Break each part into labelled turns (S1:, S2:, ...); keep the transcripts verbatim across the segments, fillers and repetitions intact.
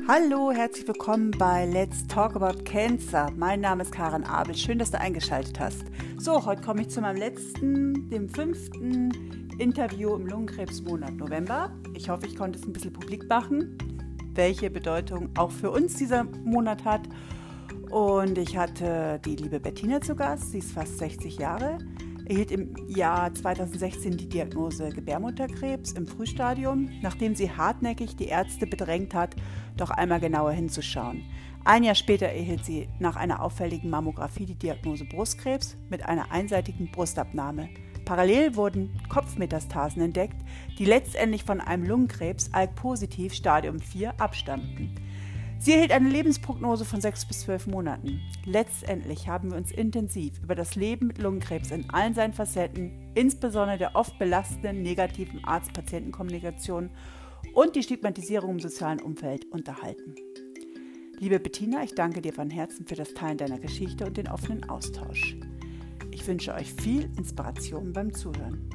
S1: Hallo, herzlich willkommen bei Let's Talk About Cancer. Mein Name ist Karin Abel. Schön, dass du eingeschaltet hast. So, heute komme ich zu meinem letzten, dem fünften Interview im Lungenkrebsmonat November. Ich hoffe, ich konnte es ein bisschen publik machen, welche Bedeutung auch für uns dieser Monat hat. Und ich hatte die liebe Bettina zu Gast. Sie ist fast sechzig Jahre. Erhielt im Jahr zweitausendsechzehn die Diagnose Gebärmutterkrebs im Frühstadium, nachdem sie hartnäckig die Ärzte bedrängt hat, doch einmal genauer hinzuschauen. Ein Jahr später erhielt sie nach einer auffälligen Mammographie die Diagnose Brustkrebs mit einer einseitigen Brustabnahme. Parallel wurden Kopfmetastasen entdeckt, die letztendlich von einem Lungenkrebs A L K-positiv Stadium vier abstammten. Sie erhielt eine Lebensprognose von sechs bis zwölf Monaten. Letztendlich haben wir uns intensiv über das Leben mit Lungenkrebs in allen seinen Facetten, insbesondere der oft belastenden negativen Arzt-Patienten-Kommunikation und die Stigmatisierung im sozialen Umfeld unterhalten. Liebe Bettina, ich danke dir von Herzen für das Teilen deiner Geschichte und den offenen Austausch. Ich wünsche euch viel Inspiration beim Zuhören.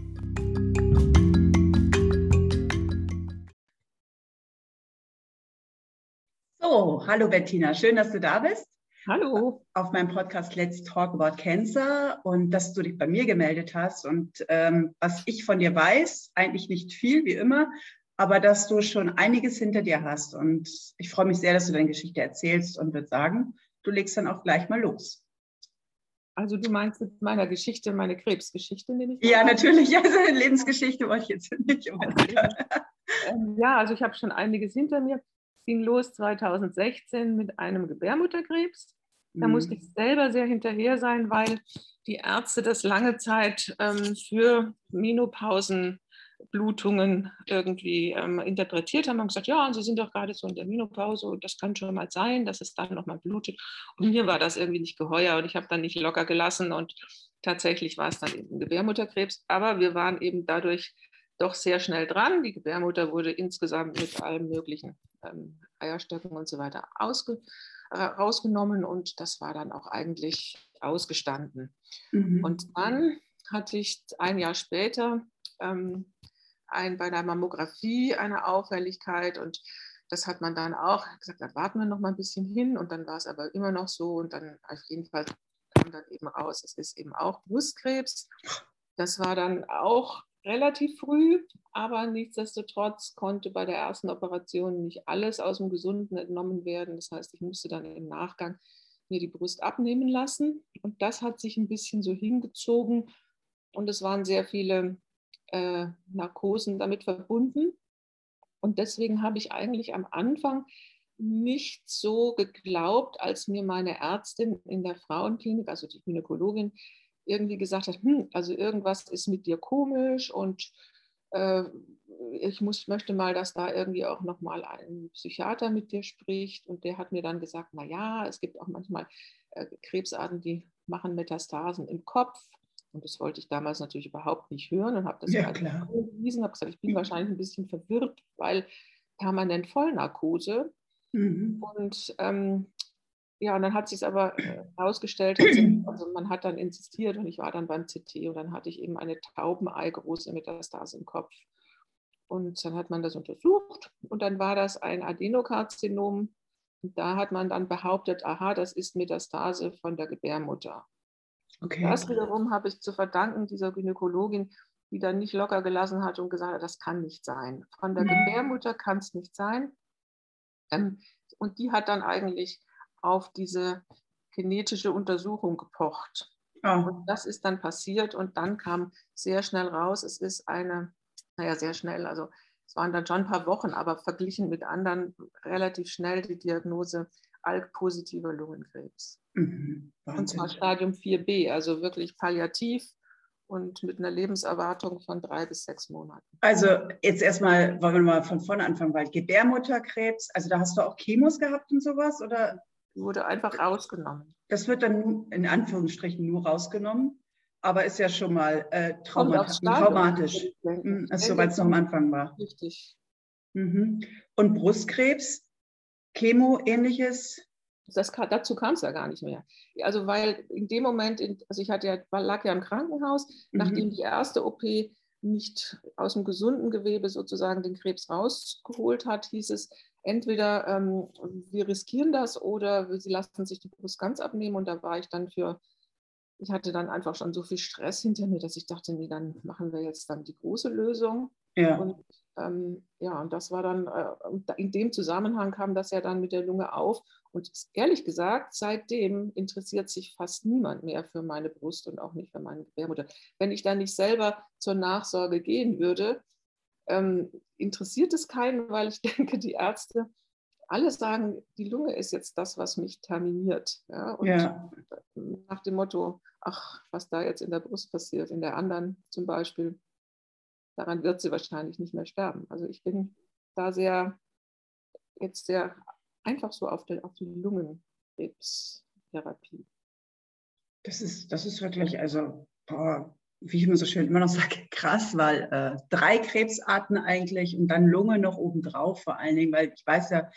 S1: So, hallo Bettina, schön, dass du da bist.
S2: Hallo.
S1: Auf meinem Podcast Let's Talk About Cancer und dass du dich bei mir gemeldet hast. Und ähm, was ich von dir weiß, eigentlich nicht viel, wie immer, aber dass du schon einiges hinter dir hast. Und ich freue mich sehr, dass du deine Geschichte erzählst und würde sagen, du legst dann auch gleich mal los.
S2: Also du meinst mit meiner Geschichte, meine Krebsgeschichte, nehme ich mal
S1: Ja,
S2: an?
S1: natürlich. Also Lebensgeschichte wollte ich jetzt nicht unbedingt.
S2: ähm, ja, also ich habe schon einiges hinter mir. Es ging los zweitausendsechzehn mit einem Gebärmutterkrebs. Da
S1: Mhm.
S2: musste ich selber sehr hinterher sein, weil die Ärzte das lange Zeit ähm, für Menopausenblutungen irgendwie ähm, interpretiert haben und gesagt, ja, Sie sind doch gerade so in der Menopause und das kann schon mal sein, dass es dann nochmal blutet. Und mir war das irgendwie nicht geheuer und ich habe dann nicht locker gelassen und tatsächlich war es dann eben Gebärmutterkrebs. Aber wir waren eben dadurch doch sehr schnell dran. Die Gebärmutter wurde insgesamt mit allem möglichen ähm, Eierstöcken und so weiter ausge, äh, rausgenommen und das war dann auch eigentlich ausgestanden. Mhm. Und dann hatte ich ein Jahr später ähm, ein, bei der Mammographie eine Auffälligkeit und das hat man dann auch gesagt, da warten wir noch mal ein bisschen hin und dann war es aber immer noch so und dann auf jeden Fall kam dann eben raus, es ist eben auch Brustkrebs. Das war dann auch relativ früh, aber nichtsdestotrotz konnte bei der ersten Operation nicht alles aus dem Gesunden entnommen werden. Das heißt, ich musste dann im Nachgang mir die Brust abnehmen lassen. Und das hat sich ein bisschen so hingezogen. Und es waren sehr viele äh, Narkosen damit verbunden. Und deswegen habe ich eigentlich am Anfang nicht so geglaubt, als mir meine Ärztin in der Frauenklinik, also die Gynäkologin, irgendwie gesagt hat, hm, also irgendwas ist mit dir komisch und äh, ich muss, möchte mal, dass da irgendwie auch nochmal ein Psychiater mit dir spricht. Und der hat mir dann gesagt, na ja, es gibt auch manchmal äh, Krebsarten, die machen Metastasen im Kopf. Und das wollte ich damals natürlich überhaupt nicht hören und habe das
S1: ja, klar.
S2: angewiesen, habe gesagt, ich bin wahrscheinlich ein bisschen verwirrt, weil permanent Vollnarkose. Mhm. Und ähm, ja, und dann hat sich es aber herausgestellt, also man hat dann insistiert und ich war dann beim C T und dann hatte ich eben eine taubeneigroße Metastase im Kopf. Und dann hat man das untersucht und dann war das ein Adenokarzinom. Und da hat man dann behauptet, aha, das ist Metastase von der Gebärmutter. Okay. Das wiederum habe ich zu verdanken dieser Gynäkologin, die dann nicht locker gelassen hat und gesagt hat, das kann nicht sein. Von der mhm. Gebärmutter kann es nicht sein. Und die hat dann eigentlich auf diese genetische Untersuchung gepocht. Oh. Und das ist dann passiert und dann kam sehr schnell raus, es ist eine, naja, sehr schnell, also es waren dann schon ein paar Wochen, aber verglichen mit anderen relativ schnell die Diagnose A L K-positiver Lungenkrebs. Mhm. Und zwar Stadium vier b, also wirklich palliativ und mit einer Lebenserwartung von drei bis sechs Monaten.
S1: Also jetzt erstmal, wollen wir mal von vorne anfangen, weil Gebärmutterkrebs, also da hast du auch Chemos gehabt und sowas, oder?
S2: Die wurde einfach rausgenommen.
S1: Das wird dann in Anführungsstrichen nur rausgenommen, aber ist ja schon mal äh, traumat traumatisch, mhm, also, soweit es noch am Anfang war.
S2: Richtig.
S1: Mhm. Und Brustkrebs, Chemo, ähnliches?
S2: Das, dazu kam es ja gar nicht mehr. Also weil in dem Moment, also ich hatte ja, lag ja im Krankenhaus, mhm. nachdem die erste O P nicht aus dem gesunden Gewebe sozusagen den Krebs rausgeholt hat, hieß es, entweder ähm, wir riskieren das oder sie lassen sich die Brust ganz abnehmen. Und da war ich dann für, ich hatte dann einfach schon so viel Stress hinter mir, dass ich dachte, nee, dann machen wir jetzt dann die große Lösung.
S1: Ja.
S2: Und ähm, ja, und das war dann, äh, in dem Zusammenhang kam das ja dann mit der Lunge auf. Und ehrlich gesagt, seitdem interessiert sich fast niemand mehr für meine Brust und auch nicht für meine Gebärmutter. Wenn ich da nicht selber zur Nachsorge gehen würde, ähm, interessiert es keinen, weil ich denke, die Ärzte alle sagen, die Lunge ist jetzt das, was mich terminiert. Ja? Und
S1: Ja.
S2: nach dem Motto, ach, was da jetzt in der Brust passiert, in der anderen zum Beispiel, daran wird sie wahrscheinlich nicht mehr sterben. Also ich bin da sehr, jetzt sehr einfach so auf die, auf die Lungenkrebstherapie.
S1: Das ist, das ist wirklich, also, boah, wie ich immer so schön immer noch sage, krass, weil äh, drei Krebsarten eigentlich und dann Lunge noch obendrauf vor allen Dingen, weil ich weiß ja,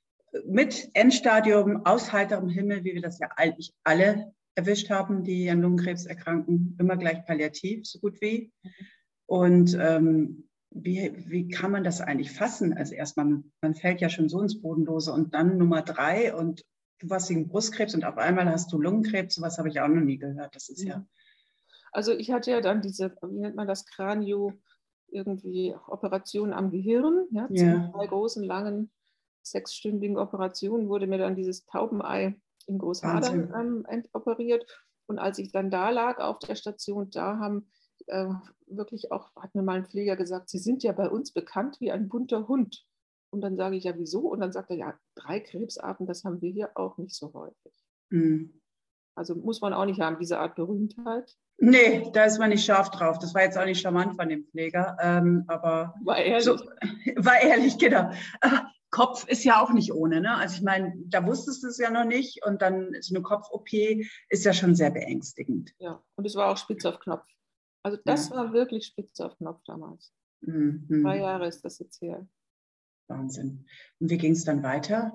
S1: mit Endstadium aus heiterem Himmel, wie wir das ja eigentlich alle erwischt haben, die an Lungenkrebs erkranken, immer gleich palliativ, so gut wie. Und ähm, wie, wie kann man das eigentlich fassen? Also erstmal, man fällt ja schon so ins Bodenlose und dann Nummer drei und du warst wegen Brustkrebs und auf einmal hast du Lungenkrebs, sowas habe ich auch noch nie gehört. Das ist ja...
S2: Also ich hatte ja dann diese, wie nennt man das, Kranio, irgendwie Operation am Gehirn, ja,
S1: Ja.
S2: zwei großen, langen, sechsstündigen Operationen wurde mir dann dieses Taubenei in Großhadern ähm, entoperiert. Und als ich dann da lag auf der Station, da haben äh, wirklich auch, hat mir mal ein Pfleger gesagt, Sie sind ja bei uns bekannt wie ein bunter Hund. Und dann sage ich, ja, wieso? Und dann sagt er, ja, drei Krebsarten, das haben wir hier auch nicht so häufig.
S1: Mhm.
S2: Also muss man auch nicht haben, diese Art Berühmtheit.
S1: Nee, da ist man nicht scharf drauf. Das war jetzt auch nicht charmant von dem Pfleger, ähm, aber
S2: war ehrlich.
S1: So, war ehrlich, genau. Aber Kopf ist ja auch nicht ohne, ne? Also ich meine, da wusstest du es ja noch nicht und dann so eine Kopf-O P ist ja schon sehr beängstigend.
S2: Ja, und es war auch spitz auf Knopf. Also das ja. war wirklich spitz auf Knopf damals. Mhm. Drei Jahre ist das jetzt her.
S1: Wahnsinn. Und wie ging es dann weiter?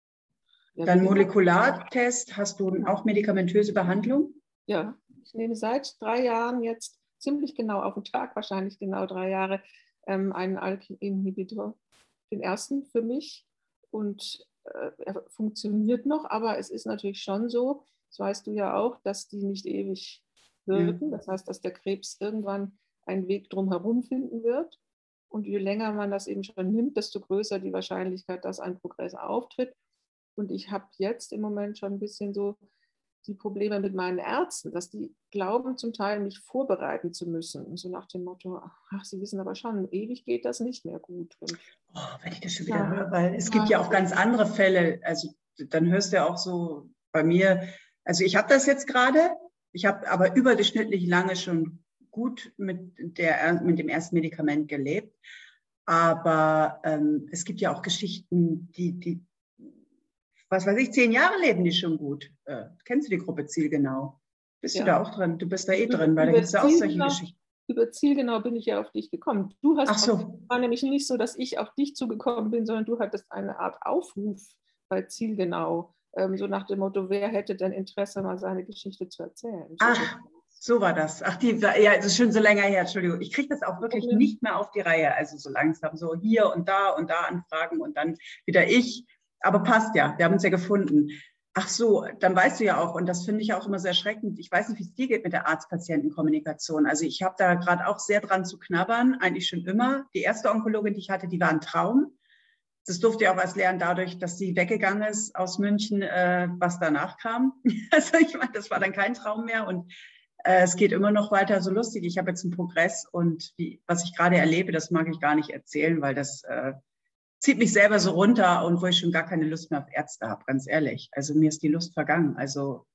S2: Ja,
S1: dann Molekulartest, hast du auch medikamentöse Behandlung?
S2: Ja, ich nehme seit drei Jahren jetzt ziemlich genau auf den Tag, wahrscheinlich genau drei Jahre, ähm, einen Alkyl-Inhibitor. Den ersten für mich und äh, er funktioniert noch, aber es ist natürlich schon so, das weißt du ja auch, dass die nicht ewig wirken. Ja. Das heißt, dass der Krebs irgendwann einen Weg drumherum finden wird. Und je länger man das eben schon nimmt, desto größer die Wahrscheinlichkeit, dass ein Progress auftritt. Und ich habe jetzt im Moment schon ein bisschen so die Probleme mit meinen Ärzten, dass die glauben, zum Teil mich vorbereiten zu müssen. So nach dem Motto, ach, sie wissen aber schon, ewig geht das nicht mehr gut. Und
S1: oh, wenn ich das schon wieder ja. höre, weil es ja. gibt ja auch ganz andere Fälle. Also dann hörst du ja auch so bei mir, also ich habe das jetzt gerade, ich habe aber überdurchschnittlich lange schon gut mit, der, mit dem ersten Medikament gelebt. Aber ähm, es gibt ja auch Geschichten, die, die was weiß ich, zehn Jahre leben die schon gut. Äh, kennst du die Gruppe Zielgenau? Bist ja. du da auch drin? Du bist da eh drin, weil da gibt es ja auch solche Geschichten.
S2: Über Zielgenau bin ich ja auf dich gekommen. Du hast
S1: Ach so.
S2: Auf, war nämlich nicht so, dass ich auf dich zugekommen bin, sondern du hattest eine Art Aufruf bei Zielgenau, ähm, so nach dem Motto, wer hätte denn Interesse, mal seine Geschichte zu erzählen? So
S1: Ach, so war das. Ach, die, ja, das ist schon so länger her, Entschuldigung. Ich kriege das auch wirklich
S2: Problem.
S1: nicht mehr auf die Reihe, also so langsam, so hier und da und da anfragen und dann wieder ich. Aber passt ja, wir haben uns ja gefunden. Ach so, dann weißt du ja auch, und das finde ich auch immer sehr erschreckend, ich weiß nicht, wie es dir geht mit der Arzt-Patienten-Kommunikation. Also ich habe da gerade auch sehr dran zu knabbern, eigentlich schon immer. Die erste Onkologin, die ich hatte, die war ein Traum. Das durfte ich auch erst lernen dadurch, dass sie weggegangen ist aus München, äh, was danach kam. Also ich meine, das war dann kein Traum mehr und äh, es geht immer noch weiter so lustig. Ich habe jetzt einen Progress und die, was ich gerade erlebe, das mag ich gar nicht erzählen, weil das... Äh, zieht mich selber so runter und wo ich schon gar keine Lust mehr auf Ärzte habe, ganz ehrlich. Also mir ist die Lust vergangen. Also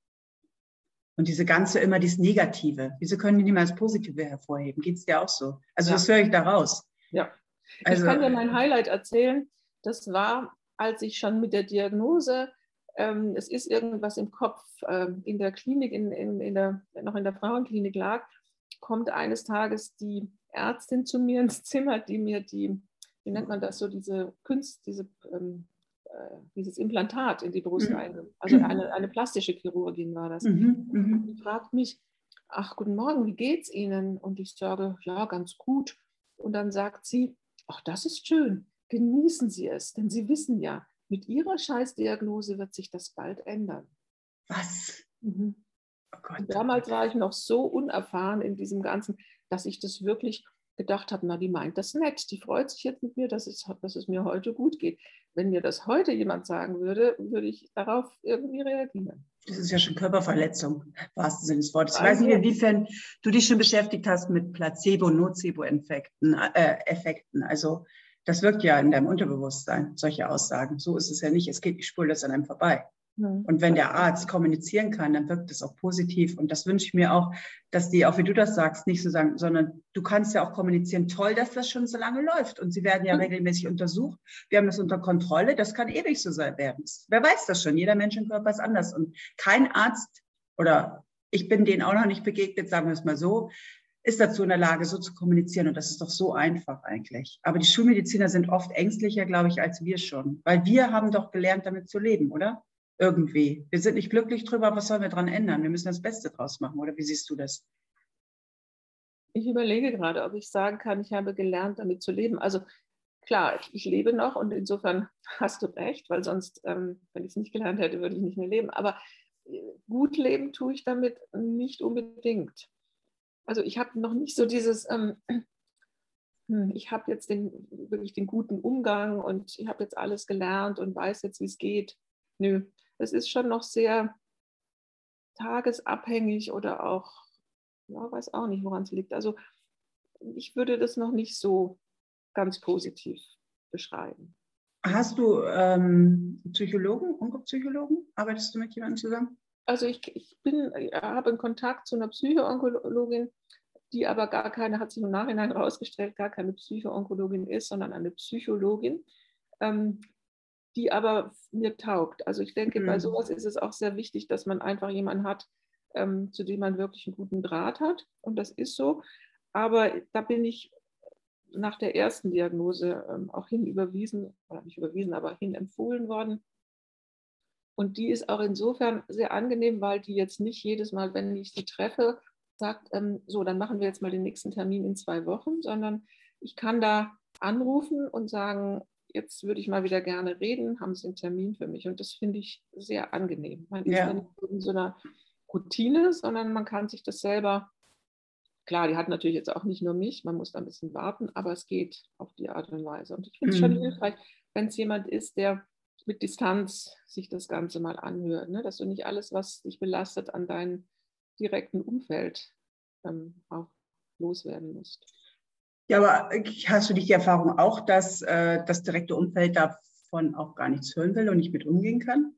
S1: und diese ganze, immer dieses Negative. Wieso können die nicht mal das Positive hervorheben? Geht es dir auch so? Also ja. Das höre ich da raus.
S2: Ja. Also, ich kann dir mein Highlight erzählen. Das war, als ich schon mit der Diagnose, ähm, es ist irgendwas im Kopf, ähm, in der Klinik, in, in, in der, noch in der Frauenklinik lag, kommt eines Tages die Ärztin zu mir ins Zimmer, die mir die wie nennt man das, so diese Kunst, diese, ähm, äh, dieses Implantat in die Brust mhm. eingebaut. Also eine, eine plastische Chirurgin war das. Mhm. Die fragt mich, ach, guten Morgen, wie geht's Ihnen? Und ich sage, ja, ganz gut. Und dann sagt sie, ach, das ist schön. genießen Sie es, denn Sie wissen ja, mit Ihrer Scheißdiagnose wird sich das bald ändern.
S1: Was?
S2: Mhm.
S1: Oh Gott,
S2: Und damals war ich noch so unerfahren in diesem Ganzen, dass ich das wirklich gedacht habe, na, die meint das nett, die freut sich jetzt mit mir, dass es, dass es mir heute gut geht. Wenn mir das heute jemand sagen würde, würde ich darauf irgendwie reagieren.
S1: das ist ja schon Körperverletzung, im wahrsten Sinne des Wortes. Ich
S2: Also,
S1: weiß nicht, inwiefern du dich schon beschäftigt hast mit Placebo- und Nocebo-Effekten. Äh, Effekten. Also das wirkt ja in deinem Unterbewusstsein, solche Aussagen. So ist es ja nicht, es geht nicht spurlos an einem vorbei. Und wenn der Arzt kommunizieren kann, dann wirkt es auch positiv. Und das wünsche ich mir auch, dass die, auch wie du das sagst, nicht so sagen, sondern du kannst ja auch kommunizieren, toll, dass das schon so lange läuft. Und sie werden ja regelmäßig untersucht. Wir haben das unter Kontrolle. Das kann ewig so sein werden. Wer weiß das schon? Jeder Menschenkörper ist anders. Und kein Arzt, oder ich bin denen auch noch nicht begegnet, sagen wir es mal so, ist dazu in der Lage, so zu kommunizieren. Und das ist doch so einfach eigentlich. Aber die Schulmediziner sind oft ängstlicher, glaube ich, als wir schon. Weil wir haben doch gelernt, damit zu leben, oder? Irgendwie. Wir sind nicht glücklich drüber, was sollen wir dran ändern? Wir müssen das Beste draus machen, oder wie siehst du das?
S2: Ich überlege gerade, ob ich sagen kann, ich habe gelernt, damit zu leben. Also klar, ich lebe noch und insofern hast du recht, weil sonst, ähm, wenn ich es nicht gelernt hätte, würde ich nicht mehr leben. Aber gut leben tue ich damit nicht unbedingt. Also ich habe noch nicht so dieses, ähm, ich habe jetzt den, wirklich den guten Umgang und ich habe jetzt alles gelernt und weiß jetzt, wie es geht. Nö, es ist schon noch sehr tagesabhängig oder auch, ja, weiß auch nicht, woran es liegt. Also ich würde das noch nicht so ganz positiv beschreiben.
S1: Hast du ähm, Psychologen, Onkopsychologen? Arbeitest du mit jemandem zusammen?
S2: Also ich, ich bin, ich habe einen Kontakt zu einer Psycho-Onkologin, die aber gar keine, hat sich im Nachhinein herausgestellt, gar keine Psycho-Onkologin ist, sondern eine Psychologin, ähm, die aber mir taugt. Also ich denke, mhm. bei sowas ist es auch sehr wichtig, dass man einfach jemanden hat, ähm, zu dem man wirklich einen guten Draht hat. Und das ist so. Aber da bin ich nach der ersten Diagnose ähm, auch hin überwiesen, oder nicht überwiesen, aber hin empfohlen worden. Und die ist auch insofern sehr angenehm, weil die jetzt nicht jedes Mal, wenn ich sie treffe, sagt, ähm, so, dann machen wir jetzt mal den nächsten Termin in zwei Wochen, sondern ich kann da anrufen und sagen, jetzt würde ich mal wieder gerne reden, haben Sie einen Termin für mich? Und das finde ich sehr angenehm. Man ist ja. dann nicht in so einer Routine, sondern man kann sich das selber, klar, die hat natürlich jetzt auch nicht nur mich, man muss da ein bisschen warten, aber es geht auf die Art und Weise. Und ich finde es mhm. schon hilfreich, wenn es jemand ist, der mit Distanz sich das Ganze mal anhört, ne? Dass du nicht alles, was dich belastet, an deinem direkten Umfeld ähm, auch loswerden musst.
S1: Ja, aber hast du nicht die Erfahrung auch, dass äh, das direkte Umfeld davon auch gar nichts hören will und nicht mit umgehen kann?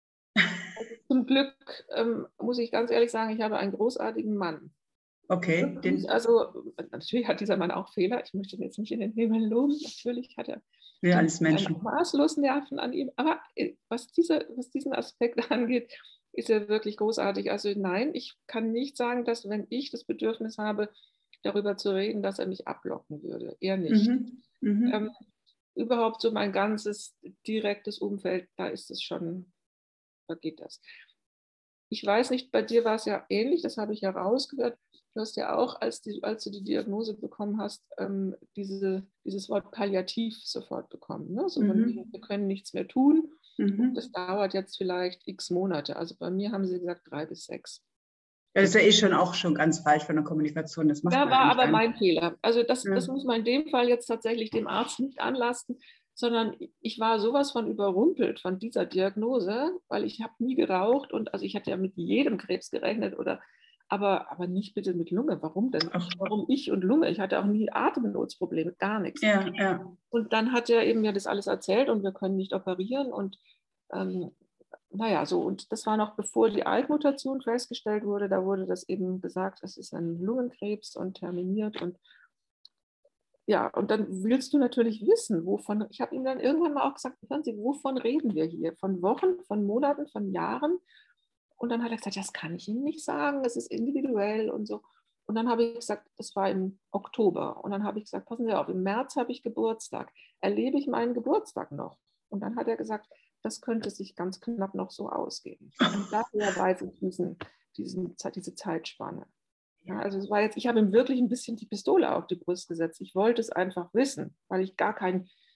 S2: Also zum Glück ähm, muss ich ganz ehrlich sagen, ich habe einen großartigen Mann.
S1: Okay.
S2: Den also natürlich hat dieser Mann auch Fehler. Ich möchte ihn jetzt nicht in den Himmel loben. Natürlich hat er
S1: ja, alles Menschen.
S2: maßlos Nerven an ihm. Aber was, diese, was diesen Aspekt angeht, ist er wirklich großartig. Also nein, ich kann nicht sagen, dass wenn ich das Bedürfnis habe, darüber zu reden, dass er mich ablocken würde. Eher nicht.
S1: Mhm. Mhm.
S2: Ähm, überhaupt so mein ganzes direktes Umfeld, da ist es schon, da geht das. Ich weiß nicht, bei dir war es ja ähnlich, das habe ich ja rausgehört. Du hast ja auch, als, die, als du die Diagnose bekommen hast, ähm, diese, dieses Wort palliativ sofort bekommen. Ne? So, mhm. Wir können nichts mehr tun. Mhm. Das dauert jetzt vielleicht x Monate. Also bei mir haben sie gesagt drei bis sechs.
S1: Das ist ja eh schon auch schon ganz falsch von der Kommunikation. Das macht
S2: da
S1: man
S2: war aber
S1: gar
S2: mein Fehler. Also das,
S1: ja.
S2: das muss man in dem Fall jetzt tatsächlich dem Arzt nicht anlasten, sondern ich war sowas von überrumpelt von dieser Diagnose, weil ich habe nie geraucht und also ich hatte ja mit jedem Krebs gerechnet oder aber, aber nicht bitte mit Lunge. Warum denn? Ich, warum ich und Lunge? Ich hatte auch nie Atemnotsprobleme, gar nichts.
S1: Ja, ja.
S2: Und dann hat er eben mir das alles erzählt und wir können nicht operieren und ähm, naja, so, und das war noch bevor die Altmutation festgestellt wurde, da wurde das eben gesagt, es ist ein Lungenkrebs und terminiert und ja, und dann willst du natürlich wissen, wovon, ich habe ihm dann irgendwann mal auch gesagt, hören Sie, wovon reden wir hier? Von Wochen, von Monaten, von Jahren? Und dann hat er gesagt, das kann ich Ihnen nicht sagen, es ist individuell und so. Und dann habe ich gesagt, das war im Oktober. Und dann habe ich gesagt, passen Sie auf, im März habe ich Geburtstag. Erlebe ich meinen Geburtstag noch? Und dann hat er gesagt, das könnte sich ganz knapp noch so ausgehen. Und daher weiß ich diesen, diesen, diese Zeitspanne. Ja, also es war jetzt, ich habe ihm wirklich ein bisschen die Pistole auf die Brust gesetzt. Ich wollte es einfach wissen, weil ich gar kein,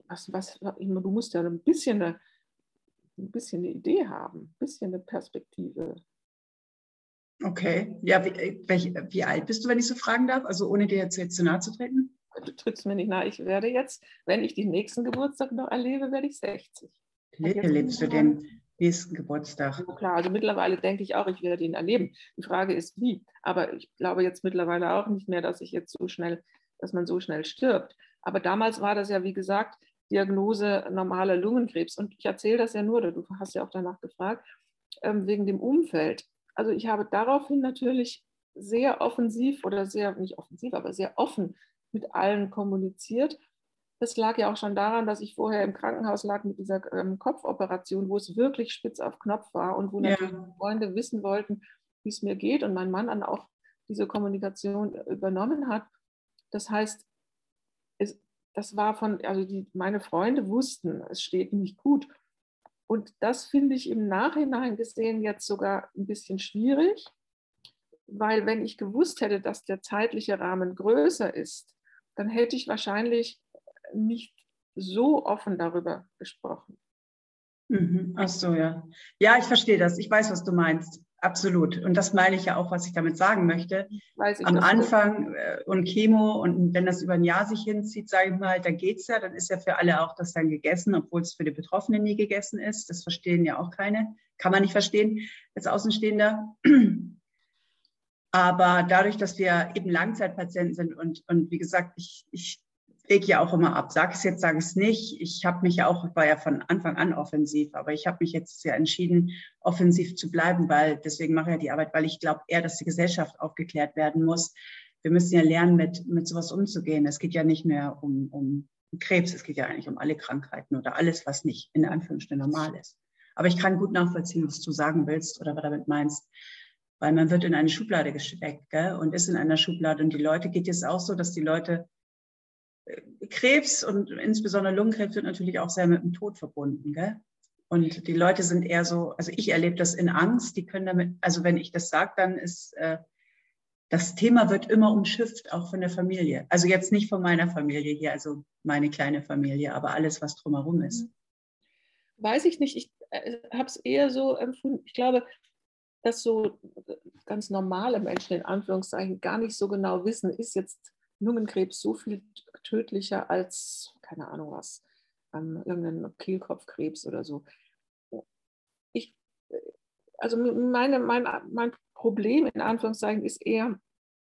S2: was, was, du musst ja ein bisschen eine, ein bisschen eine Idee haben, ein bisschen eine Perspektive.
S3: Okay, ja, wie, welch, wie alt bist du, wenn ich so fragen darf? Also ohne dir jetzt, jetzt zu nahe zu treten?
S2: Du trittst mir nicht nahe. Ich werde jetzt, wenn ich den nächsten Geburtstag noch erlebe, werde ich sechzig.
S3: Le erlebst du den nächsten Geburtstag?
S2: Ja, klar, also mittlerweile denke ich auch, ich werde ihn erleben. Die Frage ist, wie. Aber ich glaube jetzt mittlerweile auch nicht mehr, dass ich jetzt so schnell, dass man so schnell stirbt. Aber damals war das ja, wie gesagt, Diagnose normaler Lungenkrebs. Und ich erzähle das ja nur, du hast ja auch danach gefragt, wegen dem Umfeld. Also ich habe daraufhin natürlich sehr offensiv oder sehr, nicht offensiv, aber sehr offen mit allen kommuniziert. Das lag ja auch schon daran, dass ich vorher im Krankenhaus lag mit dieser ähm, Kopfoperation, wo es wirklich spitz auf Knopf war und wo natürlich ja. Freunde wissen wollten, wie es mir geht und mein Mann dann auch diese Kommunikation übernommen hat. Das heißt, es, das war von, also die, meine Freunde wussten, es steht nicht gut. Und das finde ich im Nachhinein gesehen jetzt sogar ein bisschen schwierig, weil wenn ich gewusst hätte, dass der zeitliche Rahmen größer ist, dann hätte ich wahrscheinlich nicht so offen darüber gesprochen.
S3: Mhm. Ach so, ja. Ja, ich verstehe das. Ich weiß, was du meinst. Absolut. Und das meine ich ja auch, was ich damit sagen möchte.
S2: Weiß ich,
S3: Am Anfang äh, und Chemo und wenn das über ein Jahr sich hinzieht, sage ich mal, dann geht es ja, dann ist ja für alle auch das dann gegessen, obwohl es für die Betroffenen nie gegessen ist. Das verstehen ja auch keine. Kann man nicht verstehen als Außenstehender. Aber dadurch, dass wir eben Langzeitpatienten sind und, und wie gesagt, ich, ich wege ja auch immer ab. Sag es jetzt, sage es nicht. Ich habe mich ja auch, ich war ja von Anfang an offensiv, aber ich habe mich jetzt ja entschieden, offensiv zu bleiben, weil deswegen mache ich ja die Arbeit, weil ich glaube eher, dass die Gesellschaft aufgeklärt werden muss. Wir müssen ja lernen, mit, mit sowas umzugehen. Es geht ja nicht mehr um, um Krebs, es geht ja eigentlich um alle Krankheiten oder alles, was nicht in Anführungsstrichen normal ist. Aber ich kann gut nachvollziehen, was du sagen willst oder was du damit meinst. Weil man wird in eine Schublade gesteckt, gell? Und ist in einer Schublade. Und die Leute, geht es auch so, dass die Leute Krebs und insbesondere Lungenkrebs wird natürlich auch sehr mit dem Tod verbunden, gell? Und die Leute sind eher so, also ich erlebe das in Angst, die können damit, also wenn ich das sage, dann ist, äh, das Thema wird immer umschifft, auch von der Familie. Also jetzt nicht von meiner Familie hier, also meine kleine Familie, aber alles, was drumherum ist.
S2: Weiß ich nicht, ich äh, habe es eher so empfunden, ich glaube, dass so ganz normale Menschen in Anführungszeichen gar nicht so genau wissen, ist jetzt Lungenkrebs so viel tödlicher als, keine Ahnung was, ähm, irgendein Kehlkopfkrebs oder so. Ich, also meine, mein, mein Problem in Anführungszeichen ist eher,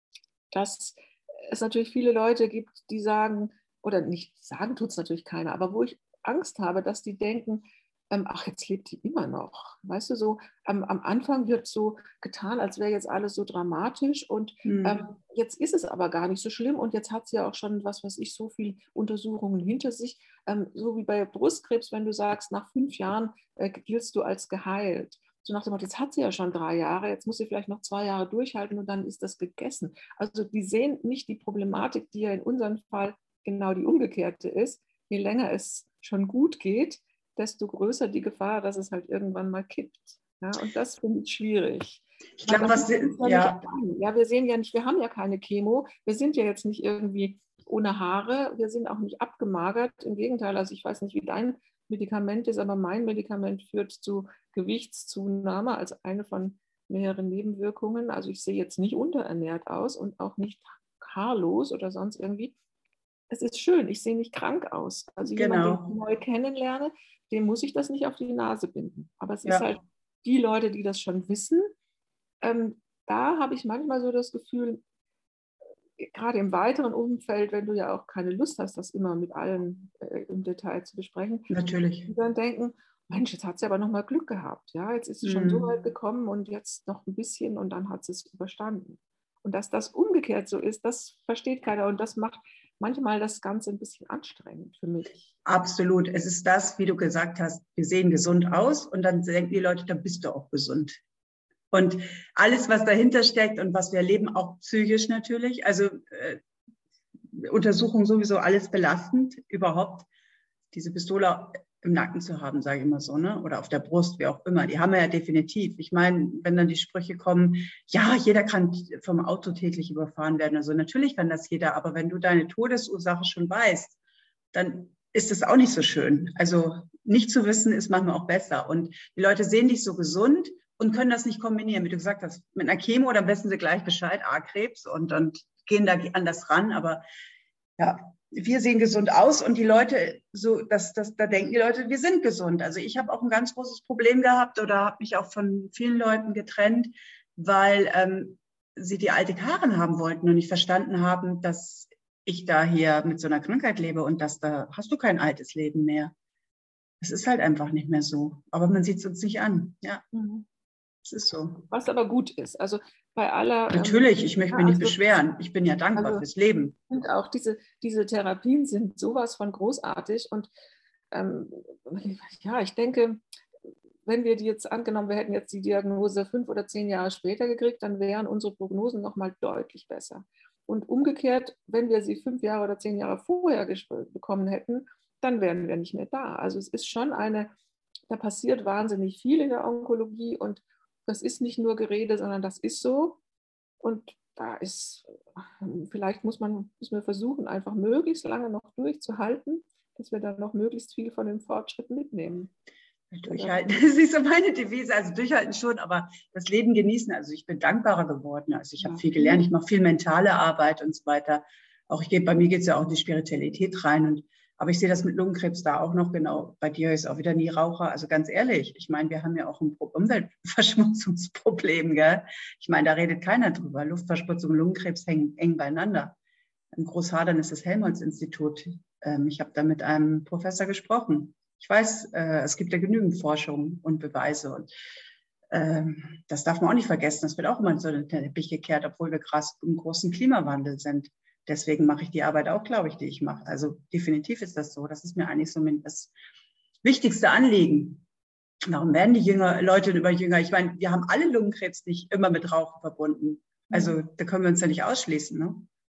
S2: dass es natürlich viele Leute gibt, die sagen, oder nicht sagen tut es natürlich keiner, aber wo ich Angst habe, dass die denken, ach, jetzt lebt die immer noch. Weißt du, so am, am Anfang wird so getan, als wäre jetzt alles so dramatisch und mhm. ähm, jetzt ist es aber gar nicht so schlimm und jetzt hat sie ja auch schon, was weiß ich, so viele Untersuchungen hinter sich. Ähm, so wie bei Brustkrebs, wenn du sagst, nach fünf Jahren äh, giltst du als geheilt. So nach dem Motto, jetzt hat sie ja schon drei Jahre, jetzt muss sie vielleicht noch zwei Jahre durchhalten und dann ist das gegessen. Also die sehen nicht die Problematik, die ja in unserem Fall genau die umgekehrte ist. Je länger es schon gut geht, desto größer die Gefahr, dass es halt irgendwann mal kippt. Ja, und das finde ich schwierig.
S3: Ich glaube, was
S2: ja,
S3: ja.
S2: ja, wir sehen ja nicht, wir haben ja keine Chemo, wir sind ja jetzt nicht irgendwie ohne Haare, wir sind auch nicht abgemagert. Im Gegenteil, also ich weiß nicht, wie dein Medikament ist, aber mein Medikament führt zu Gewichtszunahme als eine von mehreren Nebenwirkungen. Also ich sehe jetzt nicht unterernährt aus und auch nicht haarlos oder sonst irgendwie. Es ist schön, ich sehe nicht krank aus. Also jemand,
S3: genau.
S2: den ich neu kennenlerne, dem muss ich das nicht auf die Nase binden. Aber es
S3: ja.
S2: ist halt die Leute, die das schon wissen, ähm, da habe ich manchmal so das Gefühl, gerade im weiteren Umfeld, wenn du ja auch keine Lust hast, das immer mit allen äh, im Detail zu besprechen,
S3: natürlich.
S2: Die dann denken, Mensch, jetzt hat sie aber nochmal Glück gehabt. Ja? Jetzt ist sie schon
S3: mhm.
S2: so weit gekommen und jetzt noch ein bisschen und dann hat sie es überstanden. Und dass das umgekehrt so ist, das versteht keiner und das macht manchmal das Ganze ein bisschen anstrengend für mich.
S3: Absolut. Es ist das, wie du gesagt hast, wir sehen gesund aus und dann denken die Leute, dann bist du auch gesund. Und alles, was dahinter steckt und was wir erleben, auch psychisch natürlich, also äh, Untersuchung sowieso alles belastend, überhaupt diese Pistole im Nacken zu haben, sage ich immer so, ne? Oder auf der Brust, wie auch immer. Die haben wir ja definitiv. Ich meine, wenn dann die Sprüche kommen, ja, jeder kann vom Auto täglich überfahren werden. Also natürlich kann das jeder, aber wenn du deine Todesursache schon weißt, dann ist es auch nicht so schön. Also nicht zu wissen ist manchmal auch besser. Und die Leute sehen dich so gesund und können das nicht kombinieren, wie du gesagt hast, mit einer Chemo, dann wissen sie gleich Bescheid, ah, Krebs und, und gehen da anders ran. Aber ja, wir sehen gesund aus und die Leute, so, dass, dass, da denken die Leute, wir sind gesund. Also ich habe auch ein ganz großes Problem gehabt oder habe mich auch von vielen Leuten getrennt, weil ähm, sie die alte Karin haben wollten und nicht verstanden haben, dass ich da hier mit so einer Krankheit lebe und dass da hast du kein altes Leben mehr. Es ist halt einfach nicht mehr so. Aber man sieht es uns nicht an. Ja,
S2: Mhm.
S3: es ist so.
S2: Was aber gut ist. Also bei aller...
S3: Natürlich, ich möchte
S2: ja,
S3: mich nicht
S2: also,
S3: beschweren. Ich bin ja dankbar
S2: also,
S3: fürs Leben.
S2: Und auch diese, diese Therapien sind sowas von großartig. Und ähm, ja, ich denke, wenn wir die jetzt angenommen, wir hätten jetzt die Diagnose fünf oder zehn Jahre später gekriegt, dann wären unsere Prognosen nochmal deutlich besser. Und umgekehrt, wenn wir sie fünf Jahre oder zehn Jahre vorher bekommen hätten, dann wären wir nicht mehr da. Also es ist schon eine, da passiert wahnsinnig viel in der Onkologie und das ist nicht nur Gerede, sondern das ist so. Und da ist, vielleicht muss man, müssen wir versuchen, einfach möglichst lange noch durchzuhalten, dass wir dann noch möglichst viel von den Fortschritten mitnehmen.
S3: Durchhalten, das ist so meine Devise, also durchhalten schon, aber das Leben genießen. Also ich bin dankbarer geworden. Also ich habe
S2: Ja.
S3: viel gelernt, ich mache viel mentale Arbeit und so weiter. Auch ich gehe, bei mir geht es ja auch in die Spiritualität rein. Und, aber ich sehe das mit Lungenkrebs da auch noch genau. Bei dir ist auch wieder nie Raucher. Also ganz ehrlich, ich meine, wir haben ja auch ein Umweltverschmutzungsproblem, gell? Ich meine, da redet keiner drüber. Luftverschmutzung und Lungenkrebs hängen eng beieinander. In Großhadern ist das Helmholtz-Institut. Ähm, ich habe da mit einem Professor gesprochen. Ich weiß, äh, es gibt ja genügend Forschung und Beweise und äh, das darf man auch nicht vergessen. Das wird auch immer so in den Teppich gekehrt, obwohl wir krass im großen Klimawandel sind. Deswegen mache ich die Arbeit auch, glaube ich, die ich mache. Also definitiv ist das so. Das ist mir eigentlich so das wichtigste Anliegen. Warum werden die jünger, Leute immer jünger? Ich meine, wir haben alle Lungenkrebs nicht immer mit Rauchen verbunden. Also da können wir uns ja nicht ausschließen, ne?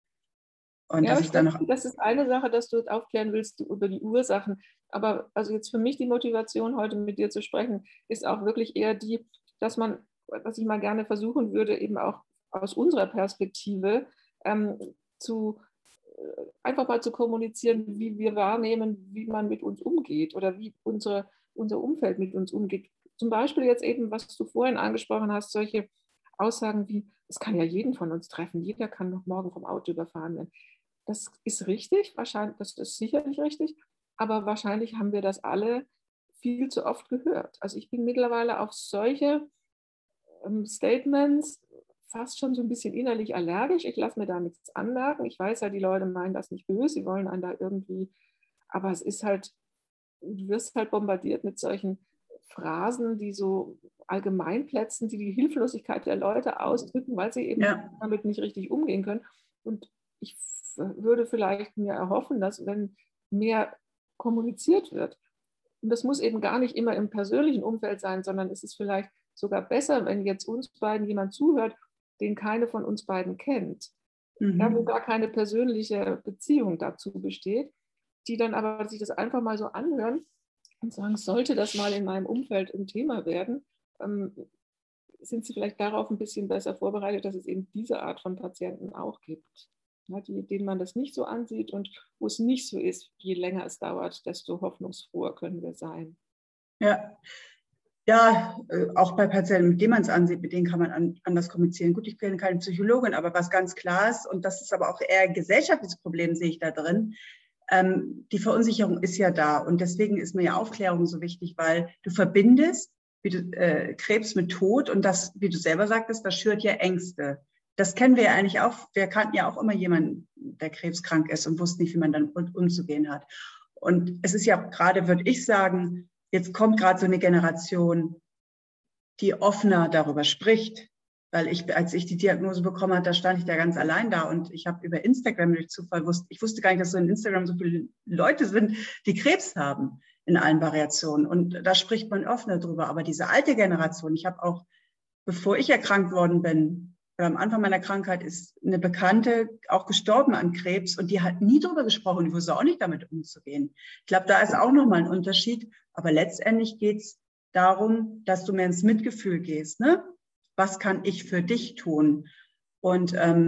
S3: Und
S2: ja,
S3: das
S2: aber
S3: ist dann
S2: denke,
S3: noch.
S2: Das ist eine Sache, dass du aufklären willst über die Ursachen. Aber also jetzt für mich die Motivation, heute mit dir zu sprechen, ist auch wirklich eher die, dass man, was ich mal gerne versuchen würde, eben auch aus unserer Perspektive ähm, zu äh, einfach mal zu kommunizieren, wie wir wahrnehmen, wie man mit uns umgeht oder wie unsere, unser Umfeld mit uns umgeht. Zum Beispiel jetzt eben, was du vorhin angesprochen hast, solche Aussagen wie, es kann ja jeden von uns treffen, jeder kann noch morgen vom Auto überfahren werden. Das ist richtig, wahrscheinlich, das ist sicherlich richtig, aber wahrscheinlich haben wir das alle viel zu oft gehört. Also ich bin mittlerweile auf solche ähm, Statements fast schon so ein bisschen innerlich allergisch. Ich lasse mir da nichts anmerken. Ich weiß ja, die Leute meinen das nicht böse, sie wollen einen da irgendwie, aber es ist halt, du wirst halt bombardiert mit solchen Phrasen, die so Allgemeinplätzen, die die Hilflosigkeit der Leute ausdrücken, weil sie eben ja. damit nicht richtig umgehen können. Und ich würde vielleicht mir erhoffen, dass wenn mehr kommuniziert wird, und das muss eben gar nicht immer im persönlichen Umfeld sein, sondern es ist vielleicht sogar besser, wenn jetzt uns beiden jemand zuhört, den keine von uns beiden kennt, mhm. ja, wo gar keine persönliche Beziehung dazu besteht, die dann aber sich das einfach mal so anhören und sagen, sollte das mal in meinem Umfeld ein Thema werden, ähm, sind sie vielleicht darauf ein bisschen besser vorbereitet, dass es eben diese Art von Patienten auch gibt. Ja, die, denen man das nicht so ansieht und wo es nicht so ist, je länger es dauert, desto hoffnungsfroher können wir sein.
S3: Ja, ja äh, auch bei Patienten, mit denen man es ansieht, mit denen kann man an, anders kommunizieren. Gut, ich bin keine Psychologin, aber was ganz klar ist, und das ist aber auch eher ein gesellschaftliches Problem, sehe ich da drin, ähm, die Verunsicherung ist ja da. Und deswegen ist mir ja Aufklärung so wichtig, weil du verbindest wie du, äh, Krebs mit Tod und das, wie du selber sagtest, das schürt ja Ängste. Das kennen wir ja eigentlich auch. Wir kannten ja auch immer jemanden, der krebskrank ist und wussten nicht, wie man dann umzugehen hat. Und es ist ja gerade, würde ich sagen, jetzt kommt gerade so eine Generation, die offener darüber spricht. Weil ich, als ich die Diagnose bekommen habe, da stand ich da ganz allein da und ich habe über Instagram durch Zufall wusste, ich wusste gar nicht, dass so in Instagram so viele Leute sind, die Krebs haben in allen Variationen. Und da spricht man offener drüber. Aber diese alte Generation, ich habe auch, bevor ich erkrankt worden bin, am Anfang meiner Krankheit ist eine Bekannte auch gestorben an Krebs und die hat nie darüber gesprochen, die wusste auch nicht damit umzugehen. Ich glaube, da ist auch nochmal ein Unterschied, aber letztendlich geht es darum, dass du mehr ins Mitgefühl gehst, ne? Was kann ich für dich tun? Und ähm,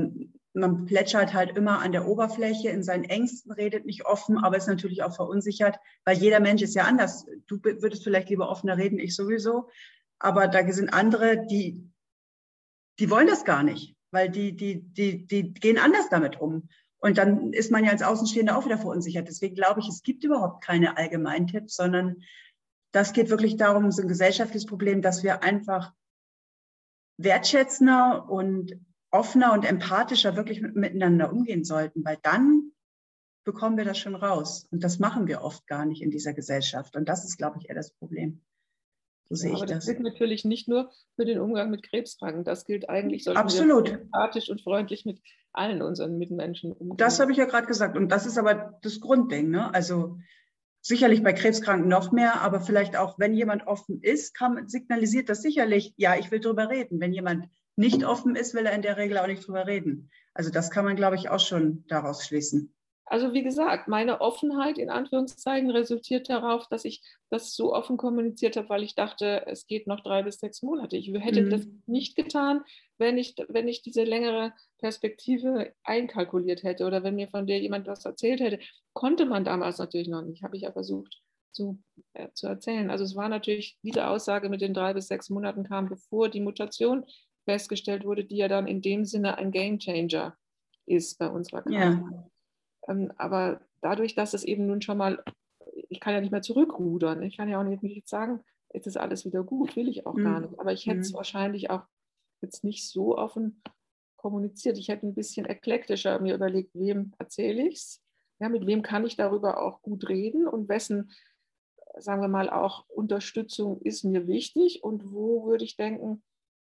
S3: man plätschert halt immer an der Oberfläche in seinen Ängsten, redet nicht offen, aber ist natürlich auch verunsichert, weil jeder Mensch ist ja anders. Du würdest vielleicht lieber offener reden, ich sowieso, aber da sind andere, die, die wollen das gar nicht, weil die, die, die, die gehen anders damit um. Und dann ist man ja als Außenstehender auch wieder verunsichert. Deswegen glaube ich, es gibt überhaupt keine Allgemeintipps, sondern das geht wirklich darum, so ein gesellschaftliches Problem, dass wir einfach wertschätzender und offener und empathischer wirklich mit, miteinander umgehen sollten, weil dann bekommen wir das schon raus. Und das machen wir oft gar nicht in dieser Gesellschaft. Und das ist, glaube ich, eher das Problem. So sehe
S2: Ja,
S3: ich
S2: aber das
S3: das.
S2: gilt natürlich nicht nur für den Umgang mit Krebskranken. Das gilt eigentlich, sollten
S3: Absolut.
S2: wir empathisch und freundlich mit allen unseren Mitmenschen umgehen.
S3: Das habe ich ja gerade gesagt. Und das ist aber das Grundding, ne? Also sicherlich bei Krebskranken noch mehr, aber vielleicht auch, wenn jemand offen ist, kann, signalisiert das sicherlich, ja, ich will drüber reden. Wenn jemand nicht offen ist, will er in der Regel auch nicht drüber reden. Also das kann man, glaube ich, auch schon daraus schließen.
S2: Also wie gesagt, meine Offenheit in Anführungszeichen resultiert darauf, dass ich das so offen kommuniziert habe, weil ich dachte, es geht noch drei bis sechs Monate. Ich hätte mhm. das nicht getan, wenn ich, wenn ich diese längere Perspektive einkalkuliert hätte oder wenn mir von der jemand was erzählt hätte. Konnte man damals natürlich noch nicht, habe ich ja versucht zu, äh, zu erzählen. Also es war natürlich, diese Aussage mit den drei bis sechs Monaten kam, bevor die Mutation festgestellt wurde, die ja dann in dem Sinne ein Gamechanger ist bei unserer Krankheit. Ja. Aber dadurch, dass es eben nun schon mal, ich kann ja nicht mehr zurückrudern, ich kann ja auch nicht jetzt sagen, jetzt ist alles wieder gut, will ich auch mhm. gar nicht. Aber ich hätte es mhm. wahrscheinlich auch jetzt nicht so offen kommuniziert. Ich hätte ein bisschen eklektischer mir überlegt, wem erzähle ich es, ja, mit wem kann ich darüber auch gut reden und wessen, sagen wir mal, auch Unterstützung ist mir wichtig und wo würde ich denken,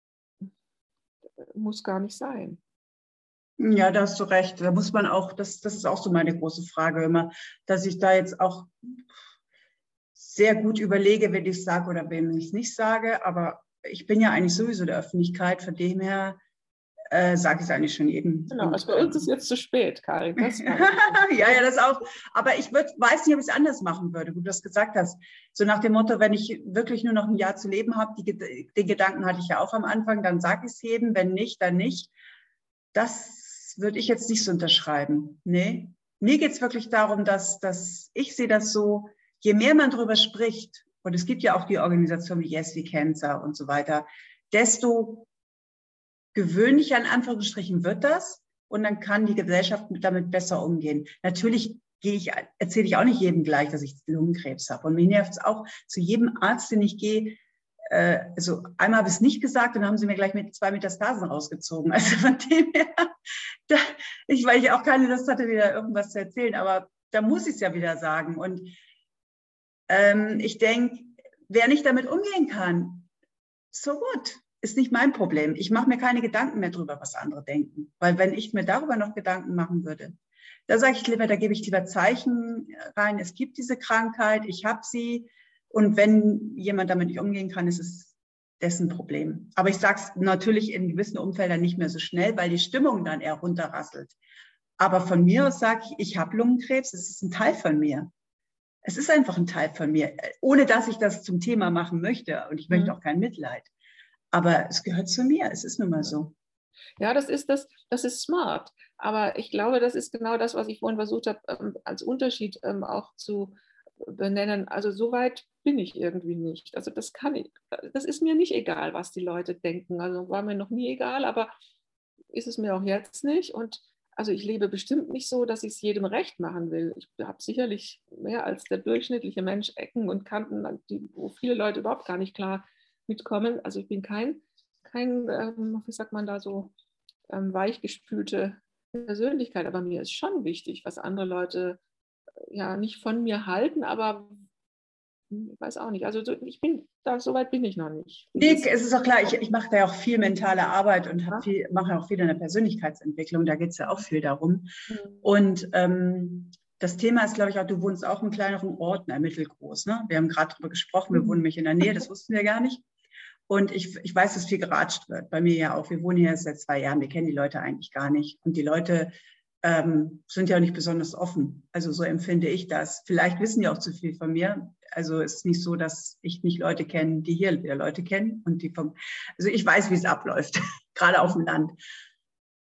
S2: muss gar nicht sein.
S3: Ja, da hast du recht. Da muss man auch, das, das ist auch so meine große Frage immer, dass ich da jetzt auch sehr gut überlege, wenn ich es sage oder wem ich es nicht sage. Aber ich bin ja eigentlich sowieso der Öffentlichkeit, von dem her äh, sage ich es eigentlich schon jedem.
S2: Genau, also bei uns ist jetzt zu spät, Karin. Das
S3: ja, ja, das auch. Aber ich würd, weiß nicht, ob ich es anders machen würde, wie du das gesagt hast. So nach dem Motto, wenn ich wirklich nur noch ein Jahr zu leben habe, die, den Gedanken hatte ich ja auch am Anfang, dann sage ich es jedem, wenn nicht, dann nicht. Das würde ich jetzt nicht so unterschreiben. Nee. Mir geht es wirklich darum, dass, dass ich sehe das so, je mehr man darüber spricht, und es gibt ja auch die Organisation wie Yes We Cancer und so weiter, desto gewöhnlicher in Anführungsstrichen wird das und dann kann die Gesellschaft damit besser umgehen. Natürlich gehe ich, erzähle ich auch nicht jedem gleich, dass ich Lungenkrebs habe. Und mich nervt es auch, zu jedem Arzt, den ich gehe, also einmal habe ich es nicht gesagt und dann haben sie mir gleich mit zwei Metastasen rausgezogen. Also von dem her, da, ich, weil ich auch keine Lust hatte, wieder irgendwas zu erzählen, aber da muss ich es ja wieder sagen. Und ähm, ich denke, wer nicht damit umgehen kann, so what, ist nicht mein Problem. Ich mache mir keine Gedanken mehr darüber, was andere denken. Weil wenn ich mir darüber noch Gedanken machen würde, da sage ich lieber, da gebe ich lieber Zeichen rein, es gibt diese Krankheit, ich habe sie. Und wenn jemand damit nicht umgehen kann, ist es dessen Problem. Aber ich sage es natürlich in gewissen Umfeldern nicht mehr so schnell, weil die Stimmung dann eher runterrasselt. Aber von mir aus sage ich, ich habe Lungenkrebs, es ist ein Teil von mir. Es ist einfach ein Teil von mir, ohne dass ich das zum Thema machen möchte. Und ich möchte auch kein Mitleid. Aber es gehört zu mir, es ist nun mal so.
S2: Ja, das ist, das, das ist smart. Aber ich glaube, das ist genau das, was ich vorhin versucht habe, ähm, als Unterschied ähm, auch zu benennen. Also so weit bin ich irgendwie nicht. Also das kann ich, das ist mir nicht egal, was die Leute denken. Also war mir noch nie egal, aber ist es mir auch jetzt nicht. Und also ich lebe bestimmt nicht so, dass ich es jedem recht machen will. Ich habe sicherlich mehr als der durchschnittliche Mensch Ecken und Kanten, die, wo viele Leute überhaupt gar nicht klar mitkommen. Also ich bin kein, kein ähm, wie sagt man da so, ähm, weichgespülte Persönlichkeit. Aber mir ist schon wichtig, was andere Leute ja nicht von mir halten, aber ich weiß auch nicht. Also ich bin, da so weit bin ich noch nicht.
S3: Nee, es ist auch klar, ich, ich mache da ja auch viel mentale Arbeit und ja. viel, mache auch viel in der Persönlichkeitsentwicklung, da geht es ja auch viel darum. Mhm. Und ähm, das Thema ist, glaube ich, auch, du wohnst auch im kleineren Ort, na, mittelgroß. Ne? Wir haben gerade darüber gesprochen, wir mhm. wohnen nämlich in der Nähe, das wussten wir gar nicht. Und ich, ich weiß, dass viel geratscht wird, bei mir ja auch. Wir wohnen hier seit zwei Jahren, wir kennen die Leute eigentlich gar nicht. Und die Leute ähm, sind ja auch nicht besonders offen. Also so empfinde ich das. Vielleicht wissen die auch zu viel von mir. Also es ist nicht so, dass ich nicht Leute kenne, die hier wieder Leute kennen. Und die vom, also ich weiß, wie es abläuft, gerade auf dem Land.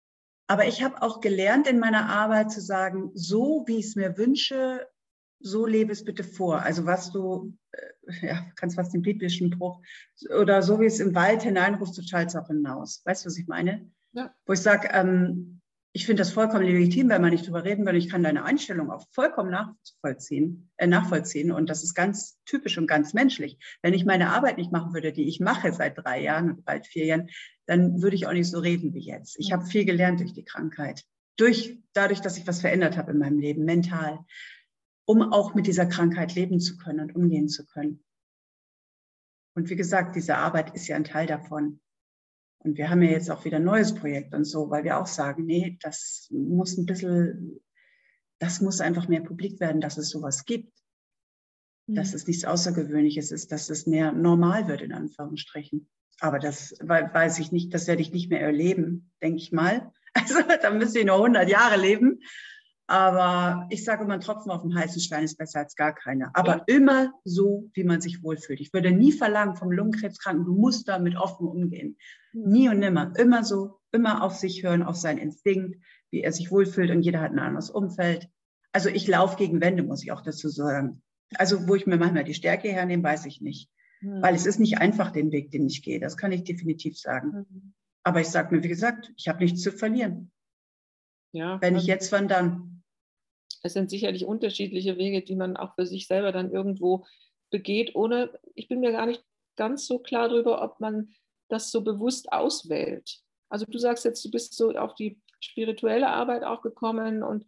S3: Aber ich habe auch gelernt in meiner Arbeit zu sagen, so wie ich es mir wünsche, so lebe es bitte vor. Also was du, äh, ja, kannst fast den biblischen Bruch, oder so wie es im Wald hineinrufst, du schallst auch hinaus. Weißt du, was ich meine?
S2: Ja.
S3: Wo ich sage, ähm, ich finde das vollkommen legitim, wenn man nicht drüber reden will. Ich kann deine Einstellung auch vollkommen nachvollziehen, äh, nachvollziehen. Und das ist ganz typisch und ganz menschlich. Wenn ich meine Arbeit nicht machen würde, die ich mache seit drei Jahren und bald vier Jahren, dann würde ich auch nicht so reden wie jetzt. Ich habe viel gelernt durch die Krankheit. Durch, dadurch, dass ich was verändert habe in meinem Leben, mental, um auch mit dieser Krankheit leben zu können und umgehen zu können. Und wie gesagt, diese Arbeit ist ja ein Teil davon. Und wir haben ja jetzt auch wieder ein neues Projekt und so, weil wir auch sagen, nee, das muss ein bisschen, das muss einfach mehr publik werden, dass es sowas gibt. Mhm. Dass es nichts Außergewöhnliches ist, dass es mehr normal wird, in Anführungsstrichen. Aber das weiß ich nicht, das werde ich nicht mehr erleben, denke ich mal. Also da müsste ich noch hundert Jahre leben. Aber ich sage immer, ein Tropfen auf dem heißen Stein ist besser als gar keiner. Aber ja. Immer so, wie man sich wohlfühlt. Ich würde nie verlangen vom Lungenkrebskranken, du musst damit offen umgehen. Mhm. Nie und nimmer. Immer so, immer auf sich hören, auf seinen Instinkt, wie er sich wohlfühlt. Und jeder hat ein anderes Umfeld. Also ich laufe gegen Wände, muss ich auch dazu sagen. Also wo ich mir manchmal die Stärke hernehme, weiß ich nicht. Mhm. Weil es ist nicht einfach, den Weg, den ich gehe. Das kann ich definitiv sagen. Mhm. Aber ich sage mir, wie gesagt, ich habe nichts zu verlieren. Ja, wenn ich jetzt, wann dann?
S2: Es sind sicherlich unterschiedliche Wege, die man auch für sich selber dann irgendwo begeht, ohne, ich bin mir gar nicht ganz so klar darüber, ob man das so bewusst auswählt. Also du sagst jetzt, du bist so auf die spirituelle Arbeit auch gekommen und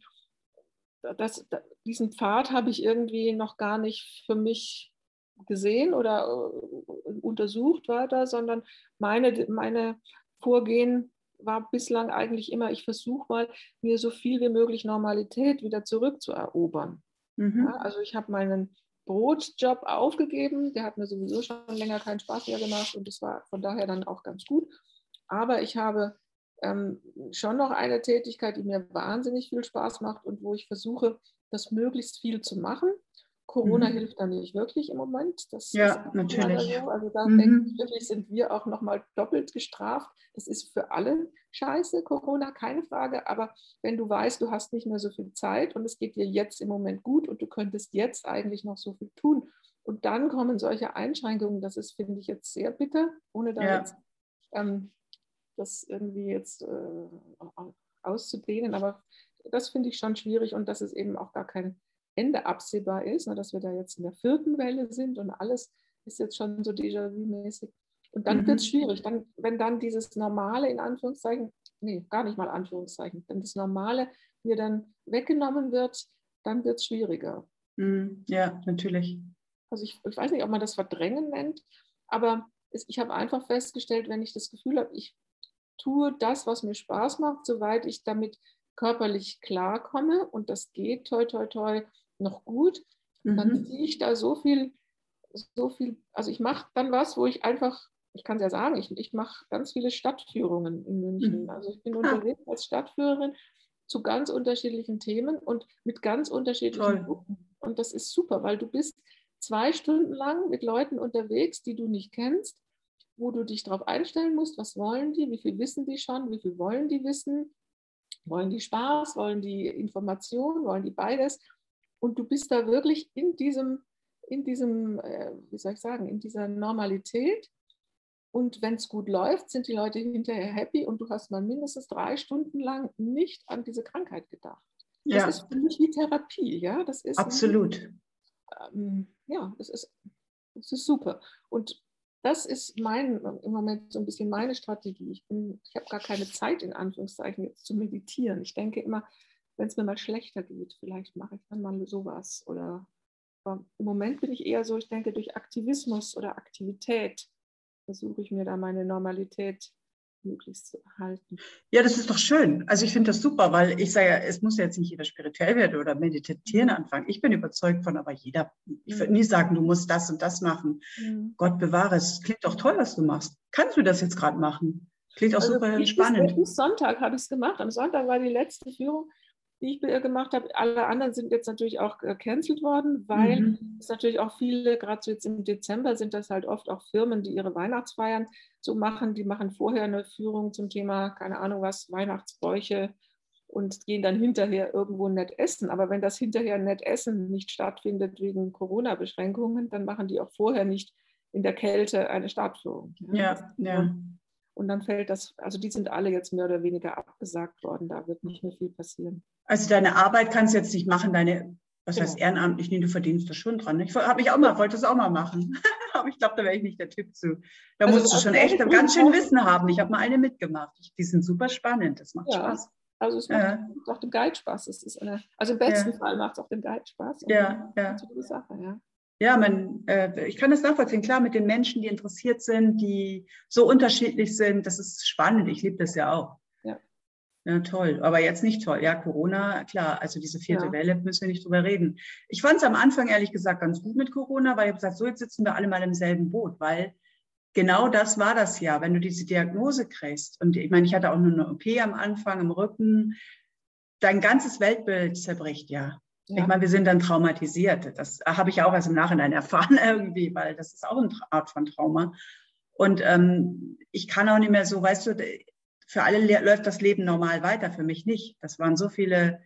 S2: das, diesen Pfad habe ich irgendwie noch gar nicht für mich gesehen oder untersucht weiter, sondern meine, meine Vorgehen war bislang eigentlich immer, ich versuche mal, mir so viel wie möglich Normalität wieder zurückzuerobern. Mhm. Ja, also ich habe meinen Brotjob aufgegeben, der hat mir sowieso schon länger keinen Spaß mehr gemacht und das war von daher dann auch ganz gut. Aber ich habe ähm, schon noch eine Tätigkeit, die mir wahnsinnig viel Spaß macht und wo ich versuche, das möglichst viel zu machen. Corona mhm. hilft da nicht wirklich im Moment. Das
S3: ja,
S2: ist
S3: natürlich.
S2: So. Also da mhm. denke ich, wirklich sind wir auch nochmal doppelt gestraft. Das ist für alle scheiße, Corona, keine Frage. Aber wenn du weißt, du hast nicht mehr so viel Zeit und es geht dir jetzt im Moment gut und du könntest jetzt eigentlich noch so viel tun. Und dann kommen solche Einschränkungen, das ist, finde ich, jetzt sehr bitter, ohne da ja. jetzt ähm, das irgendwie jetzt äh, auszudehnen. Aber das finde ich schon schwierig und das ist eben auch gar kein Ende absehbar ist, ne, dass wir da jetzt in der vierten Welle sind und alles ist jetzt schon so Déjà-vu-mäßig. Und dann mhm. wird es schwierig, dann, wenn dann dieses Normale in Anführungszeichen, nee, gar nicht mal Anführungszeichen, wenn das Normale mir dann weggenommen wird, dann wird es schwieriger.
S3: Mhm. Ja, natürlich.
S2: Also ich, ich weiß nicht, ob man das Verdrängen nennt, aber es, ich habe einfach festgestellt, wenn ich das Gefühl habe, ich tue das, was mir Spaß macht, soweit ich damit körperlich klarkomme und das geht toi toi toi noch gut, mhm. dann ziehe ich da so viel, so viel, also ich mache dann was, wo ich einfach, ich kann es ja sagen, ich, ich mache ganz viele Stadtführungen in München. Mhm. Also ich bin ah. unterwegs als Stadtführerin zu ganz unterschiedlichen Themen und mit ganz unterschiedlichen Gruppen. Und das ist super, weil du bist zwei Stunden lang mit Leuten unterwegs, die du nicht kennst, wo du dich darauf einstellen musst, was wollen die, wie viel wissen die schon, wie viel wollen die wissen, wollen die Spaß, wollen die Information, wollen die beides. Und du bist da wirklich in diesem, in diesem, äh, wie soll ich sagen, in dieser Normalität. Und wenn es gut läuft, sind die Leute hinterher happy und du hast mal mindestens drei Stunden lang nicht an diese Krankheit gedacht. Das ja. ist für mich wie Therapie, ja. Das ist
S3: absolut.
S2: Ähm, ja, das ist, das ist super. Und das ist mein, im Moment so ein bisschen meine Strategie. Ich, bin, ich habe gar keine Zeit, in Anführungszeichen, jetzt zu meditieren. Ich denke immer, wenn es mir mal schlechter geht, vielleicht mache ich dann mal sowas. Oder aber im Moment bin ich eher so, ich denke, durch Aktivismus oder Aktivität versuche ich mir da meine Normalität möglichst zu erhalten.
S3: Ja, das ist doch schön. Also ich finde das super, weil ich sage ja, es muss ja jetzt nicht jeder spirituell werden oder meditieren mhm. anfangen. Ich bin überzeugt von, aber jeder, ich würde nie sagen, du musst das und das machen. Mhm. Gott bewahre es. Klingt doch toll, was du machst. Kannst du das jetzt gerade machen? Klingt auch also super spannend.
S2: Am Sonntag habe ich es gemacht. Am Sonntag war die letzte Führung die ich gemacht habe. Alle anderen sind jetzt natürlich auch gecancelt worden, weil mhm. es natürlich auch viele, gerade so jetzt im Dezember sind das halt oft auch Firmen, die ihre Weihnachtsfeiern so machen. Die machen vorher eine Führung zum Thema, keine Ahnung was, Weihnachtsbräuche und gehen dann hinterher irgendwo nett essen. Aber wenn das hinterher nett essen nicht stattfindet wegen Corona-Beschränkungen, dann machen die auch vorher nicht in der Kälte eine Startführung.
S3: Ja, ja.
S2: Und dann fällt das, also die sind alle jetzt mehr oder weniger abgesagt worden, da wird nicht mehr viel passieren.
S3: Also deine Arbeit kannst du jetzt nicht machen, deine, was genau. heißt ehrenamtlich, nee, du verdienst da schon dran. Ich habe mich auch mal, wollte es auch mal machen, aber ich glaube, da wäre ich nicht der Typ zu. Da also musst du schon echt ganz schön Wissen haben. Ich habe mal eine mitgemacht, die sind super spannend, das macht ja. Spaß.
S2: Also es macht ja. auch dem Guide Spaß. Es ist eine, also im besten ja. Fall macht es auch dem Guide Spaß. Und
S3: ja, ja.
S2: Das ist eine gute Sache, ja.
S3: Ja, man, äh, ich kann das nachvollziehen. Klar, mit den Menschen, die interessiert sind, die so unterschiedlich sind, das ist spannend. Ich liebe das ja auch.
S2: Ja.
S3: Ja, toll. Aber jetzt nicht toll. Ja, Corona, klar. Also diese vierte ja. Welle, müssen wir nicht drüber reden. Ich fand es am Anfang, ehrlich gesagt, ganz gut mit Corona, weil ich habe gesagt, so jetzt sitzen wir alle mal im selben Boot, weil genau das war das ja, wenn du diese Diagnose kriegst. Und ich meine, ich hatte auch nur eine O P am Anfang im Rücken. Dein ganzes Weltbild zerbricht ja. Ja. Ich meine, wir sind dann traumatisiert. Das habe ich auch erst im Nachhinein erfahren irgendwie, weil das ist auch eine Art von Trauma. Und ähm, ich kann auch nicht mehr so, weißt du, für alle läuft das Leben normal weiter, für mich nicht. Das waren so viele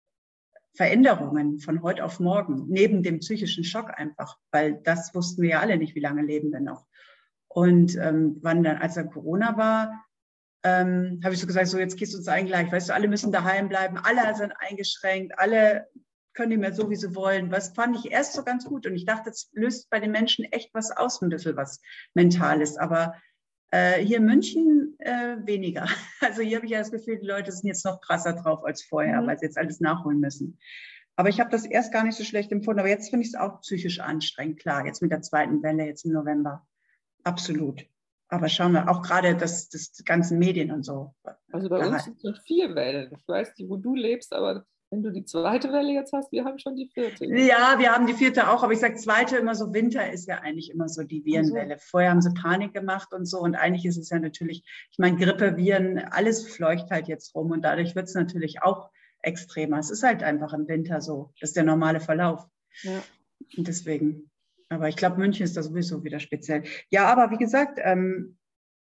S3: Veränderungen von heute auf morgen, neben dem psychischen Schock einfach, weil das wussten wir ja alle nicht, wie lange leben wir noch. Und ähm, wann dann, als dann Corona war, ähm, habe ich so gesagt, so jetzt gehst du uns allen gleich, weißt du, alle müssen daheim bleiben, alle sind eingeschränkt, alle können nicht mehr so, wie sie wollen. Das fand ich erst so ganz gut. Und ich dachte, das löst bei den Menschen echt was aus, ein bisschen was Mentales. Aber äh, hier in München äh, weniger. Also hier habe ich ja das Gefühl, die Leute sind jetzt noch krasser drauf als vorher, mhm. weil sie jetzt alles nachholen müssen. Aber ich habe das erst gar nicht so schlecht empfunden. Aber jetzt finde ich es auch psychisch anstrengend. Klar, jetzt mit der zweiten Welle, jetzt im November. Absolut. Aber schauen wir, auch gerade das, das die ganzen Medien und so.
S2: Also bei uns sind es vier Wellen. Ich weiß nicht, wo du lebst, aber wenn du die zweite Welle jetzt hast, wir haben schon die vierte.
S3: Ja, wir haben die vierte auch, aber ich sage zweite immer so, Winter ist ja eigentlich immer so die Virenwelle. Also. Vorher haben sie Panik gemacht und so und eigentlich ist es ja natürlich, ich meine Grippe, Viren, alles fleucht halt jetzt rum und dadurch wird es natürlich auch extremer. Es ist halt einfach im Winter so, das ist der normale Verlauf.
S2: Ja.
S3: Und deswegen, aber ich glaube, München ist da sowieso wieder speziell. Ja, aber wie gesagt, ähm,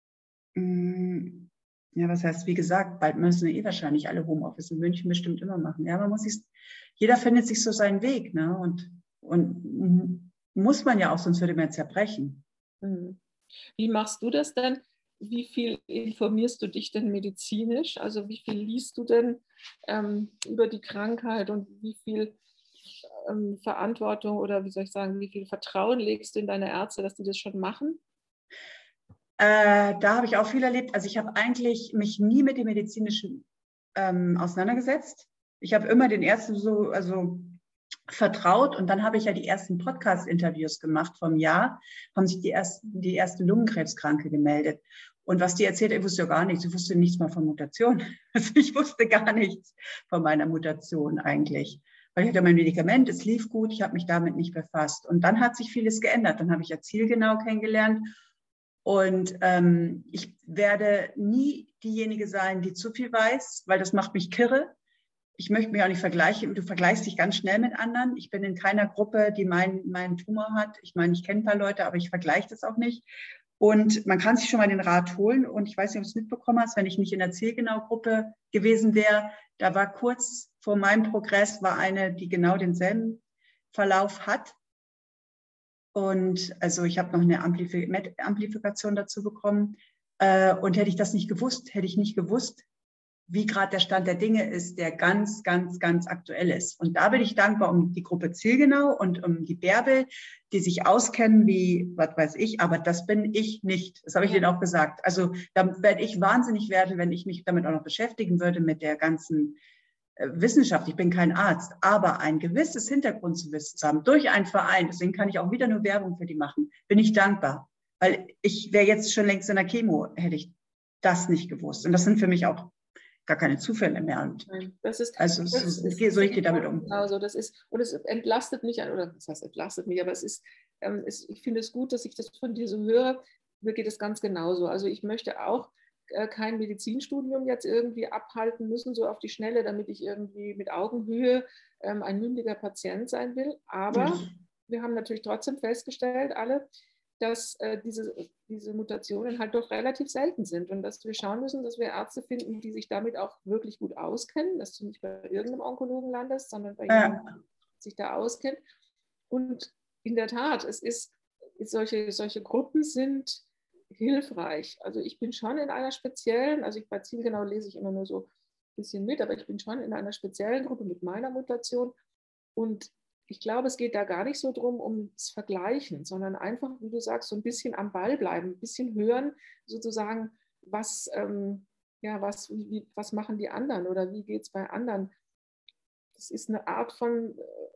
S3: mh, ja, was heißt, wie gesagt, bald müssen wir eh wahrscheinlich alle Homeoffice in München bestimmt immer machen. Ja, man muss sich, jeder findet sich so seinen Weg, ne? Und, und muss man ja auch, sonst würde man zerbrechen.
S2: Wie machst du das denn? Wie viel informierst du dich denn medizinisch? Also wie viel liest du denn ähm, über die Krankheit und wie viel ähm, Verantwortung oder wie soll ich sagen, wie viel Vertrauen legst du in deine Ärzte, dass die das schon machen?
S3: Äh, da habe ich auch viel erlebt. Also ich habe eigentlich mich nie mit dem Medizinischen ähm, auseinandergesetzt. Ich habe immer den ersten so, also vertraut und dann habe ich ja die ersten Podcast-Interviews gemacht vom Jahr, haben sich die ersten, die erste Lungenkrebskranke gemeldet. Und was die erzählt, ich wusste ja gar nichts. Ich wusste nichts mal von Mutation. Also ich wusste gar nichts von meiner Mutation eigentlich. Weil ich hatte mein Medikament, es lief gut, ich habe mich damit nicht befasst. Und dann hat sich vieles geändert. Dann habe ich ja Zielgenau kennengelernt. Und ähm, ich werde nie diejenige sein, die zu viel weiß, weil das macht mich kirre. Ich möchte mich auch nicht vergleichen. Du vergleichst dich ganz schnell mit anderen. Ich bin in keiner Gruppe, die meinen meinen Tumor hat. Ich meine, ich kenne ein paar Leute, aber ich vergleiche das auch nicht. Und man kann sich schon mal den Rat holen. Und ich weiß nicht, ob du es mitbekommen hast, wenn ich nicht in der Zielgenau-Gruppe gewesen wäre, da war kurz vor meinem Progress war eine, die genau denselben Verlauf hat. Und also ich habe noch eine Amplif- Amplifikation dazu bekommen. Äh, und hätte ich das nicht gewusst, hätte ich nicht gewusst, wie gerade der Stand der Dinge ist, der ganz, ganz, ganz aktuell ist. Und da bin ich dankbar um die Gruppe Zielgenau und um die Bärbel, die sich auskennen wie, was weiß ich, aber das bin ich nicht. Das habe ich denen auch gesagt. Also da werde ich wahnsinnig werden, wenn ich mich damit auch noch beschäftigen würde mit der ganzen Wissenschaft, ich bin kein Arzt, aber ein gewisses Hintergrundwissen zu haben durch einen Verein, deswegen kann ich auch wieder nur Werbung für die machen, bin ich dankbar. Weil ich wäre jetzt schon längst in der Chemo, hätte ich das nicht gewusst. Und das sind für mich auch gar keine Zufälle mehr. Und
S2: das ist,
S3: also
S2: das
S3: so,
S2: ist,
S3: so ich gehe damit um.
S2: Genau, das ist, und es entlastet mich, oder das heißt entlastet mich, aber es ist, ähm, es, ich finde es gut, dass ich das von dir so höre. Mir geht es ganz genauso. Also ich möchte auch äh, kein Medizinstudium jetzt irgendwie abhalten müssen, so auf die Schnelle, damit ich irgendwie mit Augenhöhe ähm, ein mündiger Patient sein will. Aber
S3: Ja.
S2: wir haben natürlich trotzdem festgestellt, alle, dass äh, diese, diese Mutationen halt doch relativ selten sind und dass wir schauen müssen, dass wir Ärzte finden, die sich damit auch wirklich gut auskennen, dass du nicht bei irgendeinem Onkologen landest, sondern bei
S3: Ja.
S2: jemandem, der sich da auskennt. Und in der Tat, es ist, solche, solche Gruppen sind hilfreich. Also ich bin schon in einer speziellen, also ich bei Zielgenau lese ich immer nur so ein bisschen mit, aber ich bin schon in einer speziellen Gruppe mit meiner Mutation und ich glaube, es geht da gar nicht so drum, ums Vergleichen, sondern einfach, wie du sagst, so ein bisschen am Ball bleiben, ein bisschen hören, sozusagen, was, ähm, ja, was, wie, was machen die anderen oder wie geht es bei anderen. Das ist eine Art von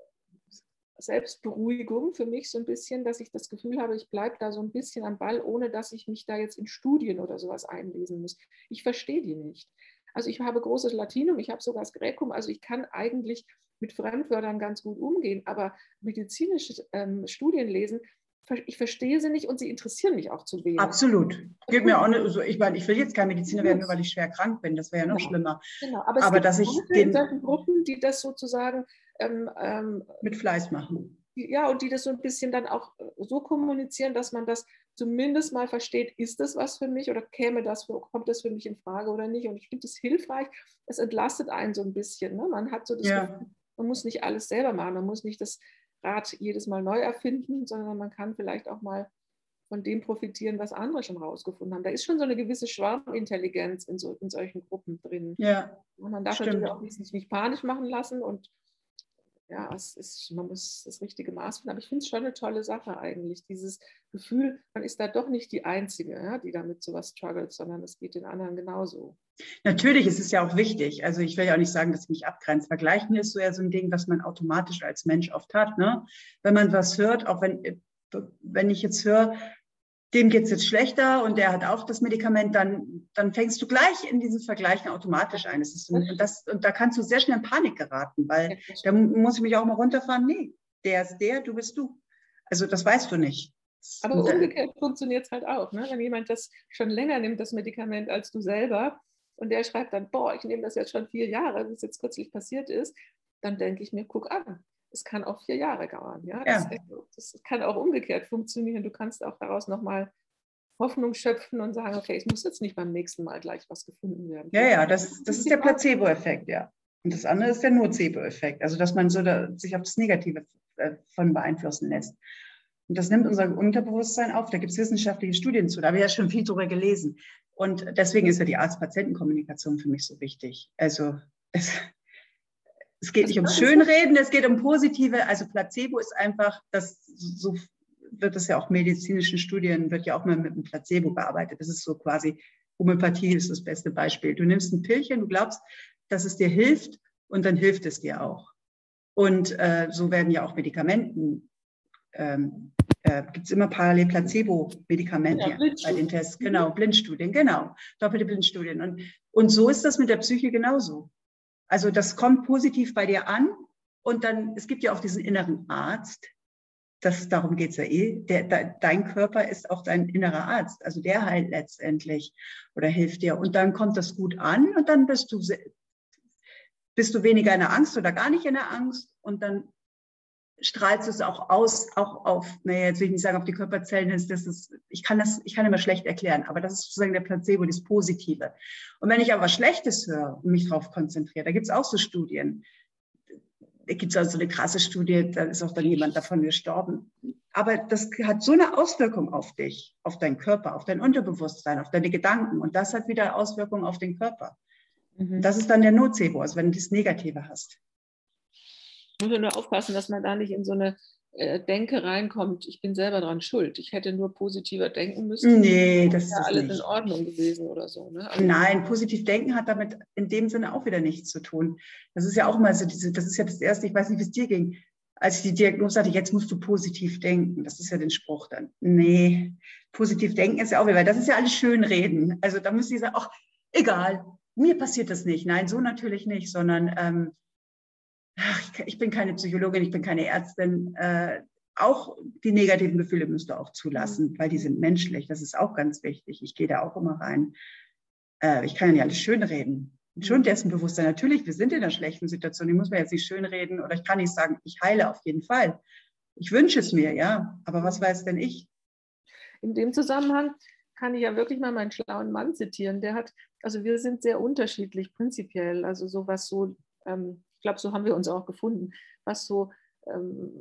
S2: Selbstberuhigung für mich so ein bisschen, dass ich das Gefühl habe, ich bleibe da so ein bisschen am Ball, ohne dass ich mich da jetzt in Studien oder sowas einlesen muss. Ich verstehe die nicht. Also ich habe großes Latinum, ich habe sogar das Graecum, also ich kann eigentlich mit Fremdwörtern ganz gut umgehen, aber medizinische ähm, Studien lesen, ich verstehe sie nicht und sie interessieren mich auch zu wenig.
S3: Absolut. Geht mir auch nicht so. Ich meine, ich will jetzt kein Mediziner werden, nur weil ich schwer krank bin. Das wäre ja noch
S2: genau.
S3: schlimmer.
S2: Genau. Aber es
S3: Aber
S2: gibt
S3: dass ich
S2: Leute
S3: den
S2: in solchen Gruppen, die das sozusagen ähm, ähm,
S3: mit Fleiß machen.
S2: Ja, und die das so ein bisschen dann auch so kommunizieren, dass man das zumindest mal versteht, ist das was für mich oder käme das für, kommt das für mich in Frage oder nicht. Und ich finde es hilfreich, es entlastet einen so ein bisschen. Ne? Man hat so das
S3: Ja.
S2: Gefühl, man muss nicht alles selber machen, man muss nicht das Rad jedes Mal neu erfinden, sondern man kann vielleicht auch mal von dem profitieren, was andere schon rausgefunden haben. Da ist schon so eine gewisse Schwarmintelligenz in, so, in solchen Gruppen drin.
S3: Ja,
S2: Und man darf
S3: stimmt.
S2: natürlich auch nicht, nicht panisch machen lassen und ja, es ist, man muss das richtige Maß finden, aber ich finde es schon eine tolle Sache eigentlich, dieses Gefühl, man ist da doch nicht die Einzige, ja, die damit sowas struggelt, sondern es geht den anderen genauso.
S3: Natürlich ist es ja auch wichtig, also ich will ja auch nicht sagen, dass ich mich abgrenze. Vergleichen ist so ja so ein Ding, was man automatisch als Mensch oft hat, ne? Wenn man was hört, auch wenn, wenn ich jetzt höre, dem geht es jetzt schlechter und der hat auch das Medikament, dann, dann fängst du gleich in diesen Vergleichen automatisch ein. Das ist, und, das, und da kannst du sehr schnell in Panik geraten, weil da muss ich mich auch mal runterfahren. Nee, der ist der, du bist du. Also das weißt du nicht.
S2: Aber umgekehrt funktioniert es halt auch. Ne? Wenn jemand das schon länger nimmt, das Medikament, als du selber, und der schreibt dann, boah, ich nehme das jetzt schon vier Jahre, wie es jetzt kürzlich passiert ist, dann denke ich mir, guck an. Es kann auch vier Jahre dauern. Ja?
S3: Ja.
S2: Das, das kann auch umgekehrt funktionieren. Du kannst auch daraus nochmal Hoffnung schöpfen und sagen, okay, es muss jetzt nicht beim nächsten Mal gleich was gefunden werden.
S3: Ja, ja, das, das ist der Placebo-Effekt, ja. Und das andere ist der Nocebo-Effekt, also dass man so da, sich auf das Negative äh, von beeinflussen lässt. Und das nimmt unser Unterbewusstsein auf. Da gibt es wissenschaftliche Studien zu, da habe ich ja schon viel drüber gelesen. Und deswegen ist ja die Arzt-Patienten-Kommunikation für mich so wichtig. Also es, es geht nicht ums Schönreden, es geht um Positive. Also Placebo ist einfach, das, so wird es ja auch medizinischen Studien, wird ja auch mal mit einem Placebo bearbeitet. Das ist so quasi, Homöopathie ist das beste Beispiel. Du nimmst ein Pillchen, du glaubst, dass es dir hilft und dann hilft es dir auch. Und äh, so werden ja auch Medikamenten, ähm, äh, gibt es immer parallel Placebo-Medikamente ja, bei den Tests. Genau, Blindstudien, genau, doppelte Blindstudien. Und, und so ist das mit der Psyche genauso. Also das kommt positiv bei dir an und dann, es gibt ja auch diesen inneren Arzt, das, darum geht es ja eh, der, de, dein Körper ist auch dein innerer Arzt, also der heilt letztendlich oder hilft dir und dann kommt das gut an und dann bist du, bist du weniger in der Angst oder gar nicht in der Angst und dann strahlst du es auch aus, auch auf, naja, jetzt will ich nicht sagen auf die Körperzellen, das, das ist, ich kann das, ich kann immer schlecht erklären, aber das ist sozusagen der Placebo, das Positive. Und wenn ich aber was Schlechtes höre und mich darauf konzentriere, da gibt es auch so Studien, da gibt es also eine krasse Studie, da ist auch dann jemand davon gestorben. Aber das hat so eine Auswirkung auf dich, auf deinen Körper, auf dein Unterbewusstsein, auf deine Gedanken und das hat wieder Auswirkungen auf den Körper. Mhm. Das ist dann der Nocebo, also wenn du das Negative hast.
S2: Muss man nur aufpassen, dass man da nicht in so eine äh, Denke reinkommt, ich bin selber dran schuld. Ich hätte nur positiver denken müssen.
S3: Nee, das ist
S2: ja
S3: das
S2: alles
S3: nicht.
S2: in Ordnung gewesen oder so. Ne? Also,
S3: nein, positiv denken hat damit in dem Sinne auch wieder nichts zu tun. Das ist ja auch mal so, diese, das ist ja das Erste, ich weiß nicht, wie es dir ging, als ich die Diagnose hatte, jetzt musst du positiv denken. Das ist ja den Spruch dann. Nee, positiv denken ist ja auch wieder, weil das ist ja alles Schönreden. Also da müsste ich sagen, ach, egal, mir passiert das nicht. Nein, so natürlich nicht, sondern ähm, ach, ich bin keine Psychologin, ich bin keine Ärztin. Äh, auch die negativen Gefühle müsst du auch zulassen, weil die sind menschlich. Das ist auch ganz wichtig. Ich gehe da auch immer rein. äh, ich kann ja nicht alles schönreden. Schon dessen Bewusstsein, natürlich, wir sind in einer schlechten Situation, die muss man jetzt nicht schönreden oder ich kann nicht sagen, ich heile auf jeden Fall. Ich wünsche es mir, ja, aber was weiß denn ich?
S2: In dem Zusammenhang kann ich ja wirklich mal meinen schlauen Mann zitieren. Der hat, also wir sind sehr unterschiedlich prinzipiell, also so was so, ähm, ich glaube, so haben wir uns auch gefunden, was so ähm,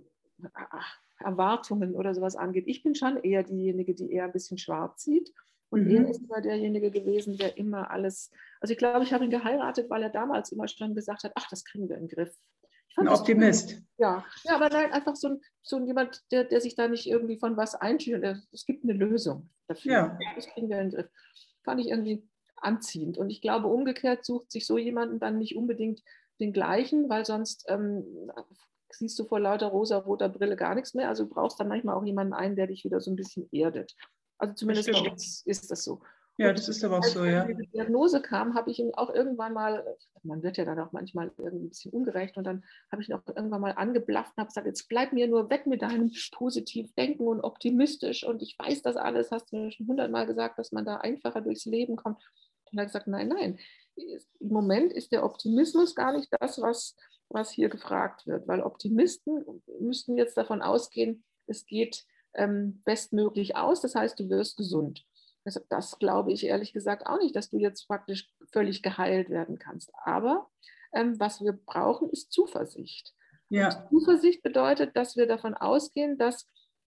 S2: Erwartungen oder sowas angeht. Ich bin schon eher diejenige, die eher ein bisschen schwarz sieht. Und mhm. er ist immer derjenige gewesen, der immer alles, also ich glaube, ich habe ihn geheiratet, weil er damals immer schon gesagt hat, ach, das kriegen wir in den Griff.
S3: Ein Optimist.
S2: Ja. ja, aber nein, einfach so, ein, so ein jemand, der, der sich da nicht irgendwie von was einschüchtert. Es gibt eine Lösung dafür.
S3: Ja.
S2: Das kriegen wir in den Griff. Fand ich irgendwie anziehend. Und ich glaube, umgekehrt sucht sich so jemanden dann nicht unbedingt den gleichen, weil sonst ähm, siehst du vor lauter rosa-roter Brille gar nichts mehr. Also du brauchst dann manchmal auch jemanden ein, der dich wieder so ein bisschen erdet. Also zumindest bei uns ist das so.
S3: Ja, das ist aber auch so, ja.
S2: Als die Diagnose kam, habe ich ihn auch irgendwann mal, man wird ja dann auch manchmal irgendwie ein bisschen ungerecht und dann habe ich ihn auch irgendwann mal angeblafft und habe gesagt, jetzt bleib mir nur weg mit deinem positiv denken und optimistisch und ich weiß das alles, hast du mir schon hundertmal gesagt, dass man da einfacher durchs Leben kommt. Und er hat gesagt, nein, nein, im Moment ist der Optimismus gar nicht das, was, was hier gefragt wird, weil Optimisten müssten jetzt davon ausgehen, es geht ähm, bestmöglich aus, das heißt, du wirst gesund. Das glaube ich ehrlich gesagt auch nicht, dass du jetzt praktisch völlig geheilt werden kannst. Aber ähm, was wir brauchen, ist Zuversicht.
S3: Ja.
S2: Und Zuversicht bedeutet, dass wir davon ausgehen, dass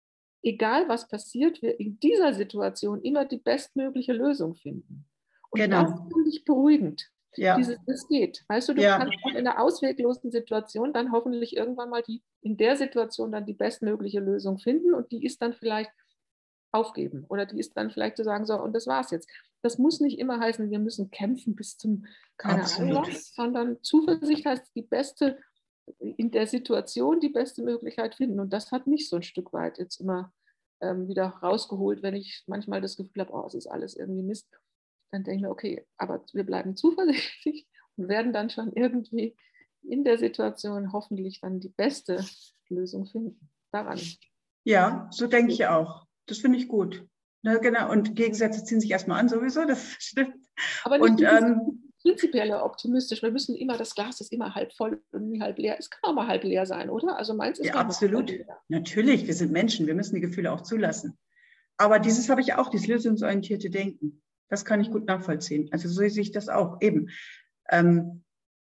S2: egal was passiert, wir in dieser Situation immer die bestmögliche Lösung finden. Und
S3: genau.
S2: das finde ich beruhigend.
S3: Ja.
S2: Dieses, das geht. Weißt du, du
S3: ja.
S2: kannst auch in einer ausweglosen Situation dann hoffentlich irgendwann mal die, in der Situation dann die bestmögliche Lösung finden und die ist dann vielleicht aufgeben oder die ist dann vielleicht zu sagen, so und das war's jetzt. Das muss nicht immer heißen, wir müssen kämpfen bis zum, keine Ahnung was, sondern Zuversicht heißt die beste, in der Situation die beste Möglichkeit finden und das hat mich so ein Stück weit jetzt immer ähm, wieder rausgeholt, wenn ich manchmal das Gefühl habe, oh, es ist alles irgendwie Mist, dann denke ich mir, okay, aber wir bleiben zuversichtlich und werden dann schon irgendwie in der Situation hoffentlich dann die beste Lösung finden. Daran.
S3: Ja, so denke ich auch. Das finde ich gut. Na, genau. Und Gegensätze ziehen sich erstmal an, sowieso, das stimmt.
S2: Aber nicht
S3: und, ähm,
S2: prinzipiell optimistisch. Wir müssen immer, das Glas ist immer halb voll und nie halb leer. Es kann auch mal halb leer sein, oder? Also meins ist
S3: ja, absolut. Natürlich, wir sind Menschen, wir müssen die Gefühle auch zulassen. Aber dieses habe ich auch, dieses lösungsorientierte Denken. Das kann ich gut nachvollziehen. Also so sehe ich das auch. Eben. Ähm,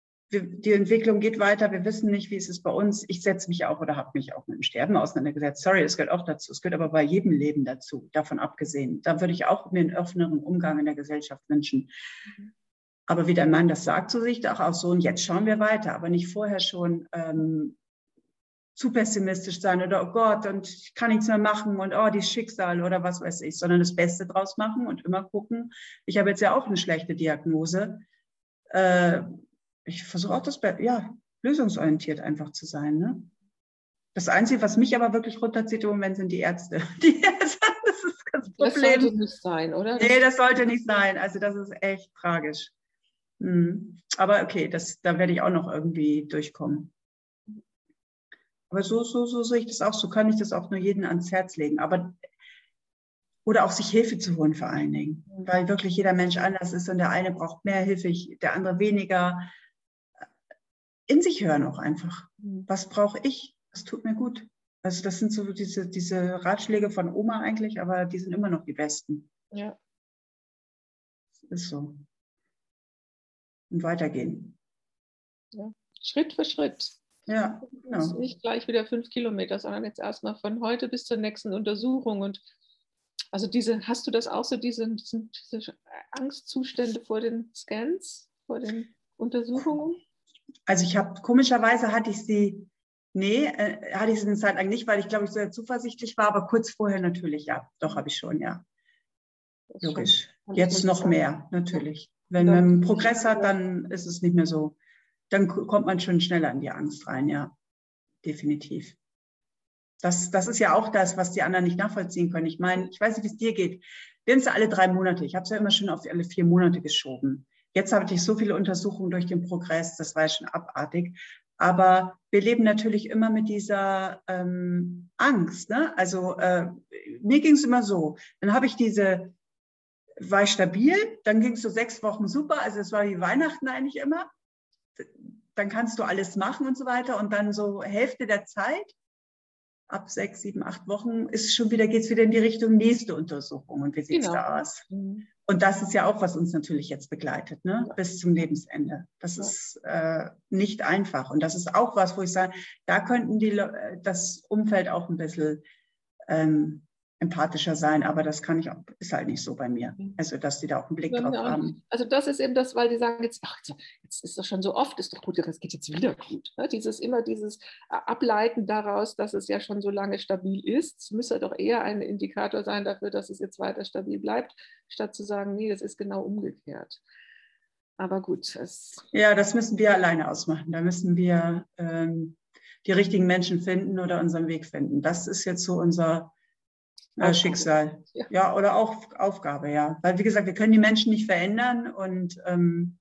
S3: Die Entwicklung geht weiter, wir wissen nicht, wie es ist bei uns. Ich setze mich auch oder habe mich auch mit dem Sterben auseinandergesetzt. Sorry, es gehört auch dazu. Es gehört aber bei jedem Leben dazu, davon abgesehen. Da würde ich auch mir einen offeneren Umgang in der Gesellschaft wünschen. Mhm. Aber wie dein Mann das sagt, so sehe ich das auch so. Und jetzt schauen wir weiter, aber nicht vorher schon ähm, zu pessimistisch sein oder oh Gott, und ich kann nichts mehr machen und oh, die Schicksal oder was weiß ich, sondern das Beste draus machen und immer gucken. Ich habe jetzt ja auch eine schlechte Diagnose. Äh, Ich versuche auch das, ja, lösungsorientiert einfach zu sein. Ne? Das Einzige, was mich aber wirklich runterzieht im Moment, sind die Ärzte. Die Ärzte, das ist das Problem.
S2: Das sollte nicht sein, oder?
S3: Nee, das sollte nicht sein. Also das ist echt tragisch. Mhm. Aber okay, das, da werde ich auch noch irgendwie durchkommen. Aber so, so, so sehe ich das auch. So kann ich das auch nur jedem ans Herz legen. Aber oder auch sich Hilfe zu holen vor allen Dingen. Mhm. Weil wirklich jeder Mensch anders ist und der eine braucht mehr Hilfe, der andere weniger. In sich hören auch einfach. Was brauche ich? Was tut mir gut? Also das sind so diese, diese Ratschläge von Oma eigentlich, aber die sind immer noch die besten.
S2: Ja.
S3: Das ist so. Und weitergehen.
S2: Ja. Schritt für Schritt.
S3: Ja, genau.
S2: Nicht gleich wieder fünf Kilometer, sondern jetzt erstmal von heute bis zur nächsten Untersuchung. Und also diese, hast du das auch so, diese, diese Angstzustände vor den Scans, vor den Untersuchungen?
S3: Also ich habe, komischerweise hatte ich sie, nee, äh, hatte ich sie eine Zeit lang nicht, weil ich glaube, ich sehr zuversichtlich war, aber kurz vorher natürlich, ja, doch habe ich schon, ja. Logisch. Jetzt noch mehr, natürlich. Wenn man einen Progress hat, dann ist es nicht mehr so, dann kommt man schon schneller in die Angst rein, ja, definitiv. Das, das ist ja auch das, was die anderen nicht nachvollziehen können. Ich meine, ich weiß nicht, wie es dir geht. Wir haben es ja alle drei Monate. Ich habe es ja immer schon auf alle vier Monate geschoben. Jetzt hatte ich so viele Untersuchungen durch den Progress, das war ja schon abartig. Aber wir leben natürlich immer mit dieser ähm, Angst. Ne? Also äh, mir ging es immer so. Dann habe ich diese war ich stabil, dann ging es so sechs Wochen super, also es war wie Weihnachten eigentlich immer. Dann kannst du alles machen und so weiter. Und dann so Hälfte der Zeit, ab sechs, sieben, acht Wochen, ist schon wieder, geht es wieder in die Richtung nächste Untersuchung. Und wie sieht es
S2: Genau.
S3: da aus?
S2: Mhm.
S3: Und das ist ja auch, was uns natürlich jetzt begleitet, ne?
S2: Ja.
S3: Bis zum Lebensende. Das
S2: Ja.
S3: ist äh, nicht einfach. Und das ist auch was, wo ich sage, da könnten die, das Umfeld auch ein bisschen ähm, empathischer sein, aber das kann ich auch, ist halt nicht so bei mir. Also, dass die da auch einen Blick
S2: Ja,
S3: drauf
S2: ja.
S3: haben.
S2: Also das ist eben das, weil die sagen jetzt, ach, jetzt ist das schon so oft, ist doch gut, das geht jetzt wieder gut. Ne? Dieses immer dieses Ableiten daraus, dass es ja schon so lange stabil ist, es müsste doch eher ein Indikator sein dafür, dass es jetzt weiter stabil bleibt, statt zu sagen, nee, das ist genau umgekehrt. Aber gut. Es
S3: Ja, das müssen wir alleine ausmachen. Da müssen wir ähm, die richtigen Menschen finden oder unseren Weg finden. Das ist jetzt so unser Äh, Schicksal. Ja. ja, oder auch Aufgabe, ja. Weil, wie gesagt, wir können die Menschen nicht verändern und ähm,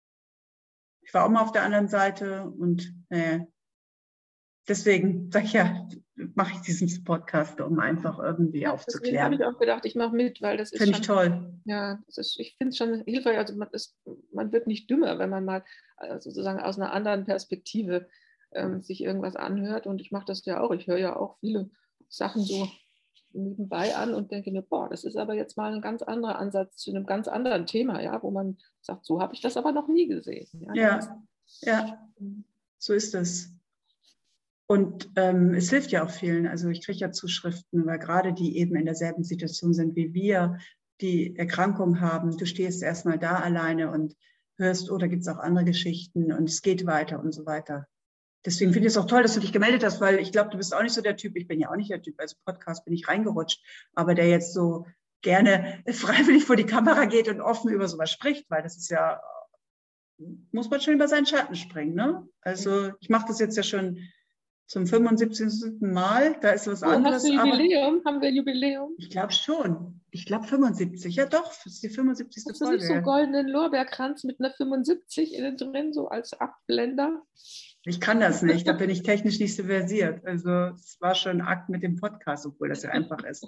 S3: ich war auch mal auf der anderen Seite und äh, deswegen sage ich ja, mache ich diesen Podcast, um einfach irgendwie
S2: ja,
S3: aufzuklären.
S2: Deswegen habe ich auch gedacht, ich mache mit, weil das ist
S3: Finde ich toll.
S2: Ja, das ist, ich finde es schon hilfreich. Also man, ist, man wird nicht dümmer, wenn man mal äh, sozusagen aus einer anderen Perspektive ähm, sich irgendwas anhört. Und ich mache das ja auch. Ich höre ja auch viele Sachen so nebenbei an und denke mir, boah, das ist aber jetzt mal ein ganz anderer Ansatz zu einem ganz anderen Thema, ja, wo man sagt, so habe ich das aber noch nie gesehen. Ja,
S3: ja, ja, so ist es. Und ähm, es hilft ja auch vielen. Also ich kriege ja Zuschriften, weil gerade die eben in derselben Situation sind wie wir, die Erkrankung haben. Du stehst erstmal da alleine und hörst, oder gibt es auch andere Geschichten und es geht weiter und so weiter. Deswegen finde ich es auch toll, dass du dich gemeldet hast, weil ich glaube, du bist auch nicht so der Typ, ich bin ja auch nicht der Typ, also Podcast bin ich reingerutscht, aber der jetzt so gerne freiwillig vor die Kamera geht und offen über sowas spricht, weil das ist ja, muss man schon über seinen Schatten springen, ne? Also ich mache das jetzt ja schon zum fünfundsiebzigsten Mal, da ist was
S2: oh,
S3: anderes.
S2: Hast du Jubiläum? Haben wir Jubiläum?
S3: Ich glaube schon. Ich glaube fünfundsiebzig. Ja doch, das ist die fünfundsiebzigste
S2: Hast du
S3: Folge.
S2: nicht so einen goldenen Lorbeerkranz mit einer fünfundsiebzig innen drin, so als Abblender?
S3: Ich kann das nicht, da bin ich technisch nicht so versiert. Also es war schon ein Akt mit dem Podcast, obwohl das ja einfach ist.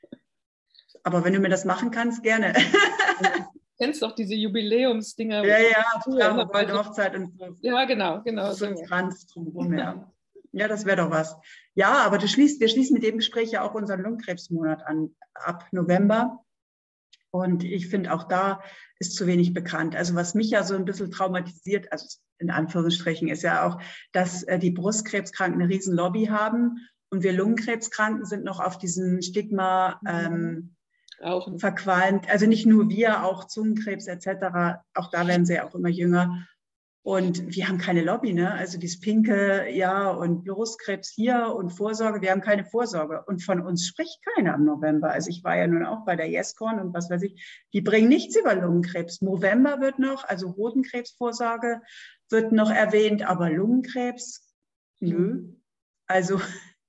S3: Aber wenn du mir das machen kannst, gerne.
S2: Du kennst doch diese Jubiläumsdinger.
S3: Ja, ja, klar, goldene Hochzeit und so.
S2: Ja, genau, genau.
S3: So ein Kranz drumherum, ja. Ja, das wäre doch was. Ja, aber du schließt, wir schließen mit dem Gespräch ja auch unseren Lungenkrebsmonat an, ab November. Und ich finde, auch da ist zu wenig bekannt. Also was mich ja so ein bisschen traumatisiert, also in Anführungsstrichen, ist ja auch, dass äh, die Brustkrebskranken eine riesen Lobby haben und wir Lungenkrebskranken sind noch auf diesem Stigma ähm,
S2: auch
S3: verqualmt. Also nicht nur wir, auch Zungenkrebs et cetera. Auch da werden sie ja auch immer jünger. Und wir haben keine Lobby, ne? Also dieses Pinke, ja, und Brustkrebs hier und Vorsorge, wir haben keine Vorsorge. Und von uns spricht keiner im November. Also ich war ja nun auch bei der YesCon und was weiß ich, die bringen nichts über Lungenkrebs. November wird noch, also Hodenkrebsvorsorge wird noch erwähnt, aber Lungenkrebs, nö. Also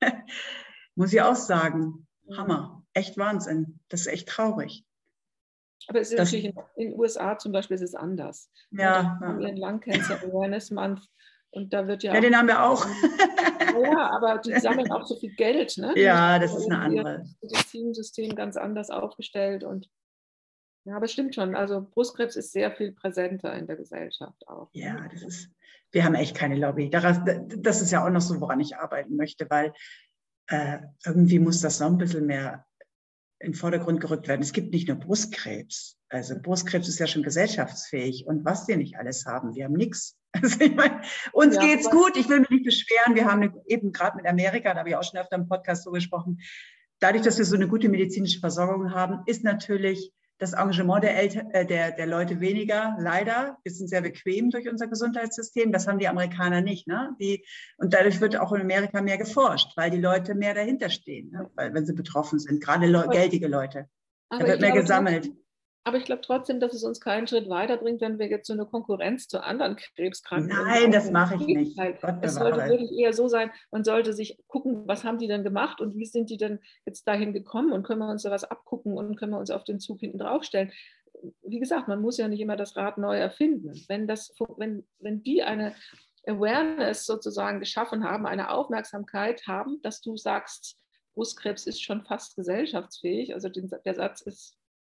S3: muss ich auch sagen, Hammer, echt Wahnsinn. Das ist echt traurig.
S2: Aber es ist
S3: das,
S2: natürlich in den U S A zum Beispiel ist es anders.
S3: Ja.
S2: Da haben wir einen Lung Cancer Awareness Month und da wird ja.
S3: Ja,
S2: auch,
S3: den haben wir auch.
S2: Ja, aber die sammeln auch so viel Geld, ne?
S3: Ja, das ist eine andere.
S2: Das Medizinsystem ganz anders aufgestellt und ja, aber es stimmt schon. Also Brustkrebs ist sehr viel präsenter in der Gesellschaft auch.
S3: Ja, das ist. Wir haben echt keine Lobby. Das ist ja auch noch so, woran ich arbeiten möchte, weil äh, irgendwie muss das noch ein bisschen mehr in den Vordergrund gerückt werden. Es gibt nicht nur Brustkrebs. Also Brustkrebs ist ja schon gesellschaftsfähig. Und was wir nicht alles haben, wir haben nichts. Also ich meine, uns ja, geht's gut. Ich will mich nicht beschweren. Wir haben eine, eben gerade mit Amerika, da habe ich auch schon öfter im Podcast so gesprochen, dadurch, dass wir so eine gute medizinische Versorgung haben, ist natürlich das Engagement der, Eltern, äh, der, der Leute weniger, leider. Wir sind sehr bequem durch unser Gesundheitssystem. Das haben die Amerikaner nicht. Ne? Die, und dadurch wird auch in Amerika mehr geforscht, weil die Leute mehr dahinter stehen, ne? Weil, wenn sie betroffen sind, gerade Le geldige Leute. Da wird mehr gesammelt.
S2: Trotzdem, aber ich glaube trotzdem, dass es uns keinen Schritt weiterbringt, wenn wir jetzt so eine Konkurrenz zu anderen Krebskranken.
S3: Nein, das mache ich nicht.
S2: Gott es sollte wirklich eher so sein, man sollte sich gucken, was haben die denn gemacht und wie sind die denn jetzt dahin gekommen und können wir uns da was abgucken und können wir uns auf den Zug hinten draufstellen. Wie gesagt, man muss ja nicht immer das Rad neu erfinden. Wenn, das, wenn, wenn die eine Awareness sozusagen geschaffen haben, eine Aufmerksamkeit haben, dass du sagst, Brustkrebs ist schon fast gesellschaftsfähig, also den, der Satz ist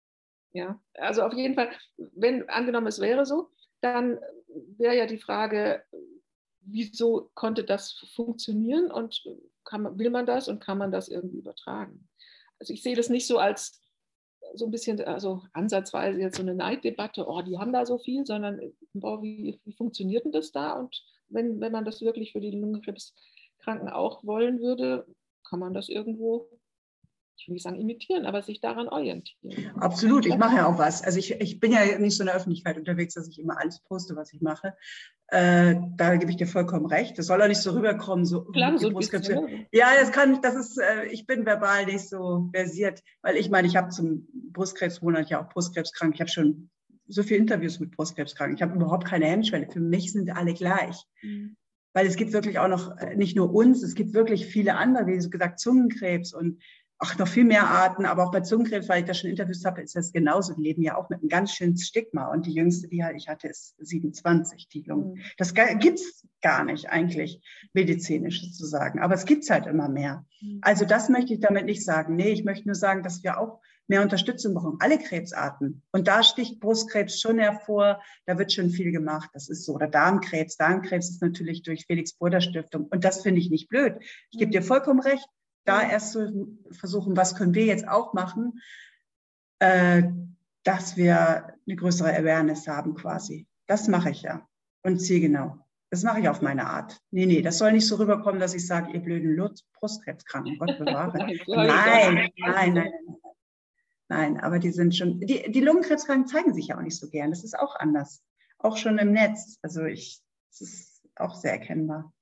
S2: Ja, also auf jeden Fall, wenn angenommen es wäre so, dann wäre ja die Frage, wieso konnte das funktionieren und kann man, will man das und kann man das irgendwie übertragen? Also ich sehe das nicht so als so ein bisschen, also ansatzweise jetzt so eine Neiddebatte, oh, die haben da so viel, sondern boah, wie, wie funktioniert denn das da? Und wenn, wenn man das wirklich für die Lungenkrebskranken auch wollen würde, kann man das irgendwo, ich will nicht sagen imitieren, aber sich daran orientieren.
S3: Absolut, ich mache ja auch was. Also ich, ich bin ja nicht so in der Öffentlichkeit unterwegs, dass ich immer alles poste, was ich mache. Äh, da gebe ich dir vollkommen recht. Das soll auch nicht so rüberkommen, so
S2: Klar, so ein
S3: Brustkrebs.
S2: bisschen, ne?
S3: Ja, das kann, das ist, äh, ich bin verbal nicht so versiert, weil ich meine, ich habe zum Brustkrebsmonat ja auch Brustkrebskrank. Ich habe schon so viele Interviews mit Brustkrebskranken. Ich habe überhaupt keine Hemmschwelle. Für mich sind alle gleich. Mhm. Weil es gibt wirklich auch noch, nicht nur uns, es gibt wirklich viele andere, wie gesagt, Zungenkrebs und ach, noch viel mehr Arten, aber auch bei Zungenkrebs, weil ich da schon Interviews habe, ist das genauso. Die leben ja auch mit einem ganz schönen Stigma. Und die jüngste, die halt ich hatte, ist siebenundzwanzig, die Lungen. Mhm. Das gibt es gar nicht eigentlich, medizinisch sozusagen. Aber es gibt es halt immer mehr. Mhm. Also das möchte ich damit nicht sagen. Nee, ich möchte nur sagen, dass wir auch mehr Unterstützung brauchen. Alle Krebsarten. Und da sticht Brustkrebs schon hervor. Da wird schon viel gemacht. Das ist so. Oder Darmkrebs. Darmkrebs ist natürlich durch Felix-Broder-Stiftung. Und das finde ich nicht blöd. Ich gebe dir vollkommen recht. Da erst zu versuchen, was können wir jetzt auch machen, äh, dass wir eine größere Awareness haben quasi. Das mache ich ja. Und zielgenau. Das mache ich auf meine Art. Nee, nee, das soll nicht so rüberkommen, dass ich sage, ihr blöden Lutz, Brustkrebskranken, Gott bewahre. Nein, nein, nein, nein. Nein, aber die sind schon, die, die Lungenkrebskranken zeigen sich ja auch nicht so gern. Das ist auch anders. Auch schon im Netz. Also ich, das ist auch sehr erkennbar.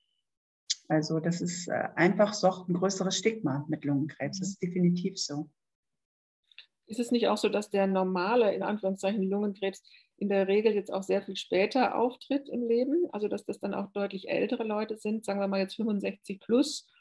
S3: Also das ist äh, einfach so ein größeres Stigma mit Lungenkrebs. Das ist definitiv so.
S2: Ist es nicht auch so, dass der normale, in Anführungszeichen, Lungenkrebs in der Regel jetzt auch sehr viel später auftritt im Leben? Also dass das dann auch deutlich ältere Leute sind, sagen wir mal jetzt fünfundsechzig plus.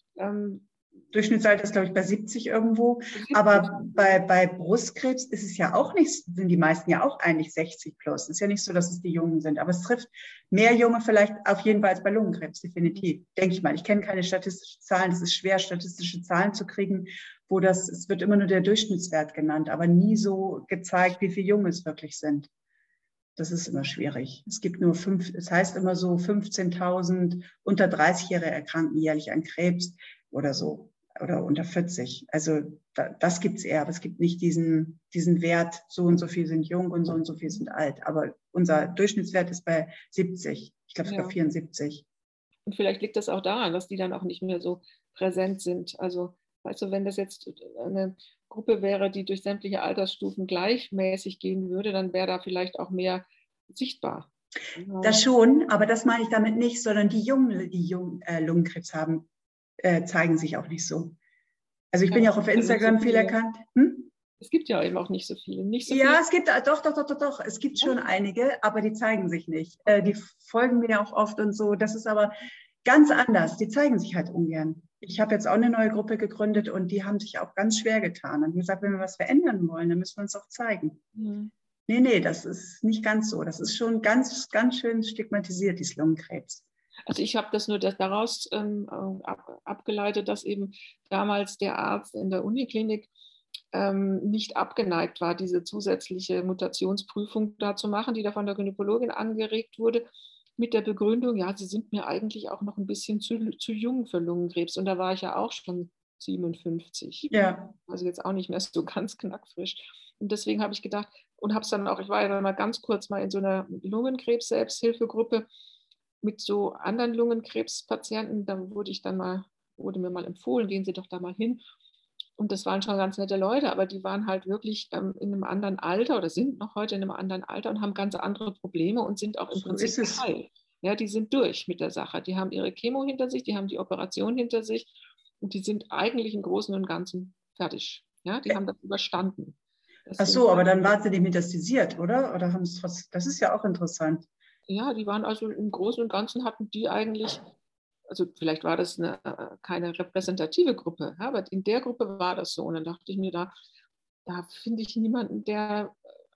S2: Ähm,
S3: Durchschnittsalter ist, glaube ich, bei siebzig irgendwo. Aber bei, bei Brustkrebs ist es ja auch nicht, sind die meisten ja auch eigentlich sechzig plus. Es ist ja nicht so, dass es die Jungen sind. Aber es trifft mehr Junge vielleicht auf jeden Fall als bei Lungenkrebs, definitiv. Denke ich mal. Ich kenne keine statistischen Zahlen. Es ist schwer, statistische Zahlen zu kriegen, wo das, es wird immer nur der Durchschnittswert genannt, aber nie so gezeigt, wie viele Junge es wirklich sind. Das ist immer schwierig. Es gibt nur fünf, es heißt immer so fünfzehntausend unter dreißig-Jährige erkranken jährlich an Krebs oder so. Oder unter vierzig. Also da, das gibt es eher, aber es gibt nicht diesen, diesen Wert, so und so viel sind jung und so und so viel sind alt. Aber unser Durchschnittswert ist bei siebzig, ich glaube sogar ja. vierundsiebzig.
S2: Und vielleicht liegt das auch daran, dass die dann auch nicht mehr so präsent sind. Also weißt du, wenn das jetzt eine Gruppe wäre, die durch sämtliche Altersstufen gleichmäßig gehen würde, dann wäre da vielleicht auch mehr sichtbar.
S3: Das schon, aber das meine ich damit nicht, sondern die Jungen, die Jungen äh, Lungenkrebs haben, Äh, zeigen sich auch nicht so. Also ich ja, bin ja auch auf Instagram so viel erkannt. Hm?
S2: Es gibt ja eben auch nicht so viele. Nicht so
S3: ja,
S2: viele.
S3: es gibt, doch, doch, doch, doch, doch. Es gibt schon einige, aber die zeigen sich nicht. Äh, die folgen mir auch oft und so. Das ist aber ganz anders. Die zeigen sich halt ungern. Ich habe jetzt auch eine neue Gruppe gegründet und die haben sich auch ganz schwer getan. Und gesagt, wenn wir was verändern wollen, dann müssen wir uns auch zeigen. Mhm. Nee, nee, das ist nicht ganz so. Das ist schon ganz, ganz schön stigmatisiert, dieses Lungenkrebs.
S2: Also ich habe das nur daraus ähm, ab, abgeleitet, dass eben damals der Arzt in der Uniklinik ähm, nicht abgeneigt war, diese zusätzliche Mutationsprüfung da zu machen, die da von der Gynäkologin angeregt wurde, mit der Begründung, ja, sie sind mir eigentlich auch noch ein bisschen zu, zu jung für Lungenkrebs. Und da war ich ja auch schon siebenundfünfzig.
S3: Ja.
S2: Also jetzt auch nicht mehr so ganz knackfrisch. Und deswegen habe ich gedacht, und habe es dann auch, ich war ja dann mal ganz kurz mal in so einer Lungenkrebs-Selbsthilfegruppe mit so anderen Lungenkrebspatienten, da wurde ich dann mal, wurde mir mal empfohlen, gehen Sie doch da mal hin. Und das waren schon ganz nette Leute, aber die waren halt wirklich ähm, in einem anderen Alter oder sind noch heute in einem anderen Alter und haben ganz andere Probleme und sind auch im
S3: so
S2: Prinzip geheilt. Ja, die sind durch mit der Sache. Die haben ihre Chemo hinter sich, die haben die Operation hinter sich und die sind eigentlich im Großen und Ganzen fertig. Ja, die haben das überstanden.
S3: Das Ach so, aber dann waren sie nicht metastasiert, oder? Oder haben es trotzdem, das ist ja auch interessant.
S2: Ja, die waren also im Großen und Ganzen hatten die eigentlich, also vielleicht war das eine, keine repräsentative Gruppe, ja, aber in der Gruppe war das so. Und dann dachte ich mir, da, da finde ich niemanden, der,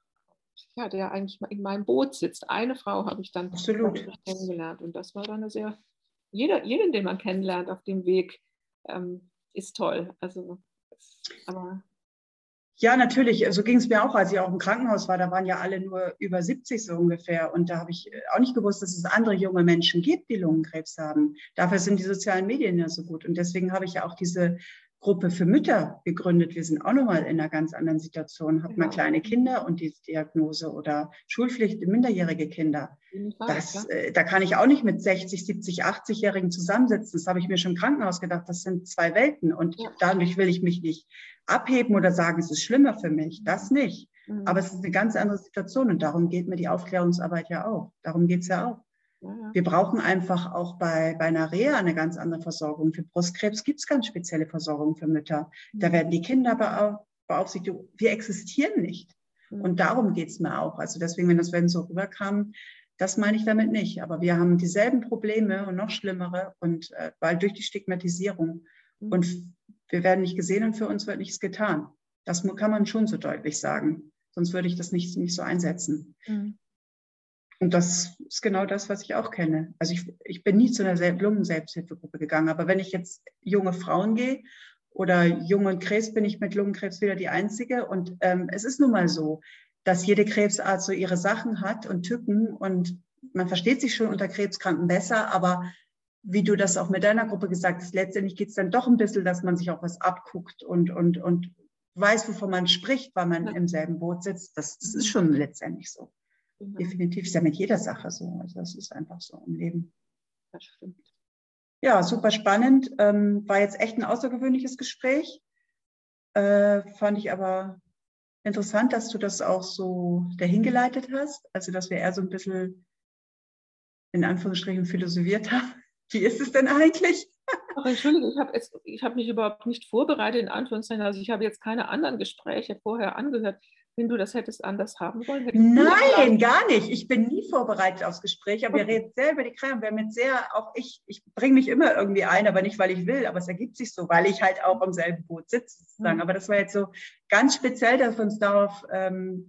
S2: ja, der eigentlich in meinem Boot sitzt. Eine Frau habe ich dann
S3: Absolut
S2: kennengelernt und das war dann eine sehr, jeder, jeden, den man kennenlernt auf dem Weg, ähm, ist toll. Also, aber
S3: Ja, natürlich. So ging es mir auch, als ich auch im Krankenhaus war. Da waren ja alle nur über siebzig so ungefähr. Und da habe ich auch nicht gewusst, dass es andere junge Menschen gibt, die Lungenkrebs haben. Dafür sind die sozialen Medien ja so gut. Und deswegen habe ich ja auch diese Gruppe für Mütter gegründet. Wir sind auch nochmal in einer ganz anderen Situation. Hat man kleine Kinder und die Diagnose oder Schulpflicht, minderjährige Kinder. Das, äh, da kann ich auch nicht mit sechzig, siebzig, achtzig-Jährigen zusammensitzen. Das habe ich mir schon im Krankenhaus gedacht. Das sind zwei Welten. Und ja. dadurch will ich mich nicht abheben oder sagen, es ist schlimmer für mich. Das nicht. Mhm. Aber es ist eine ganz andere Situation. Und darum geht mir die Aufklärungsarbeit ja auch. Darum geht es ja auch. Ja. Wir brauchen einfach auch bei, bei einer Reha eine ganz andere Versorgung. Für Brustkrebs gibt es ganz spezielle Versorgung für Mütter. Mhm. Da werden die Kinder beauf beaufsichtigt. Wir existieren nicht. Mhm. Und darum geht es mir auch. Also deswegen, wenn das wenn so rüberkam, das meine ich damit nicht. Aber wir haben dieselben Probleme und noch schlimmere, und äh, weil durch die Stigmatisierung. Mhm. Und wir werden nicht gesehen und für uns wird nichts getan. Das kann man schon so deutlich sagen. Sonst würde ich das nicht, nicht so einsetzen. Mhm. Und das ist genau das, was ich auch kenne. Also ich, ich bin nie zu einer Lungen-Selbsthilfegruppe gegangen. Aber wenn ich jetzt junge Frauen gehe oder jungen Krebs, bin ich mit Lungenkrebs wieder die Einzige. Und ähm, es ist nun mal so, dass jede Krebsart so ihre Sachen hat und Tücken. Und man versteht sich schon unter Krebskranken besser. Aber wie du das auch mit deiner Gruppe gesagt hast, letztendlich geht es dann doch ein bisschen, dass man sich auch was abguckt und, und, und weiß, wovon man spricht, weil man ja. im selben Boot sitzt. Das, das ist schon letztendlich so. Mhm. Definitiv ist ja mit jeder Sache so. Also das ist einfach so im Leben.
S2: Das stimmt.
S3: Ja, super spannend. Ähm, war jetzt echt ein außergewöhnliches Gespräch. Äh, fand ich aber interessant, dass du das auch so dahin geleitet hast. Also dass wir eher so ein bisschen in Anführungsstrichen philosophiert haben. Wie ist es denn eigentlich?
S2: Ach, Entschuldigung, ich habe hab mich überhaupt nicht vorbereitet, in Anführungszeichen. Also ich habe jetzt keine anderen Gespräche vorher angehört. Wenn du das hättest anders haben wollen?
S3: Nein, gar nicht. Ich bin nie vorbereitet aufs Gespräch, aber okay. wir reden sehr über die Krähen. Wir haben jetzt sehr, auch ich, ich bringe mich immer irgendwie ein, aber nicht, weil ich will, aber es ergibt sich so, weil ich halt auch im selben Boot sitze, sozusagen. Mhm. Aber das war jetzt so ganz speziell, dass wir uns darauf ähm,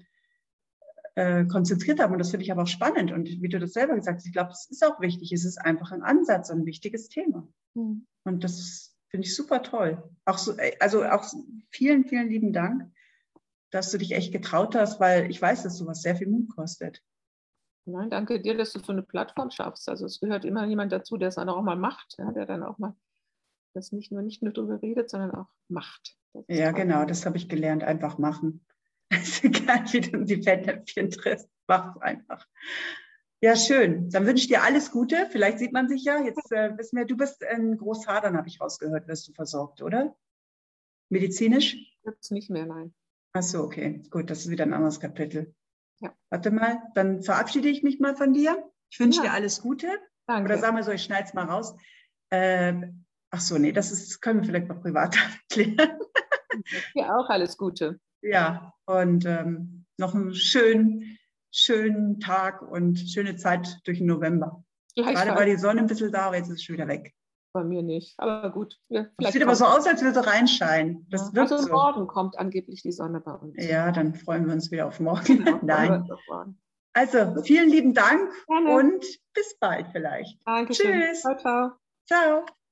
S3: äh, konzentriert haben. Und das finde ich aber auch spannend. Und wie du das selber gesagt hast, ich glaube, es ist auch wichtig. Es ist einfach ein Ansatz, ein wichtiges Thema. Mhm. Und das finde ich super toll. Auch so, also auch vielen, vielen lieben Dank, dass du dich echt getraut hast, weil ich weiß, dass sowas sehr viel Mut kostet.
S2: Nein, danke dir, dass du so eine Plattform schaffst. Also es gehört immer jemand dazu, der es dann auch mal macht, ja, der dann auch mal das nicht nur, nicht nur darüber redet, sondern auch macht.
S3: Ja, genau, das habe ich gelernt, einfach machen. Es ist egal, wie du die Fettnäpfchen triffst, mach es einfach. Ja, schön. Dann wünsche ich dir alles Gute. Vielleicht sieht man sich ja. Jetzt äh, wissen wir, du bist in Großhadern, habe ich rausgehört, wirst du versorgt, oder? Medizinisch?
S2: Jetzt nicht mehr, nein.
S3: Ach so, okay. Gut, das ist wieder ein anderes Kapitel.
S2: Ja.
S3: Warte mal, dann verabschiede ich mich mal von dir. Ich wünsche ja. dir alles Gute.
S2: Danke.
S3: Oder sagen wir so, ich schneide es mal raus. Ähm, ach so, nee, das ist, können wir vielleicht mal privat klären.
S2: Ja, auch alles Gute.
S3: Ja, und ähm, noch einen schönen, schönen Tag und schöne Zeit durch den November. Gerade war die Sonne ein bisschen da, aber jetzt ist es schon wieder weg.
S2: Bei mir nicht, aber gut. Ja,
S3: es sieht aber so aus, als würde es reinscheinen. Das ja.
S2: Also
S3: so.
S2: morgen kommt angeblich die Sonne bei uns.
S3: Ja, dann freuen wir uns wieder auf morgen.
S2: Genau,
S3: Nein. Also, vielen lieben Dank
S2: Gerne.
S3: Und bis bald vielleicht.
S2: Dankeschön.
S3: Tschüss.
S2: Ciao, ciao.
S3: Ciao.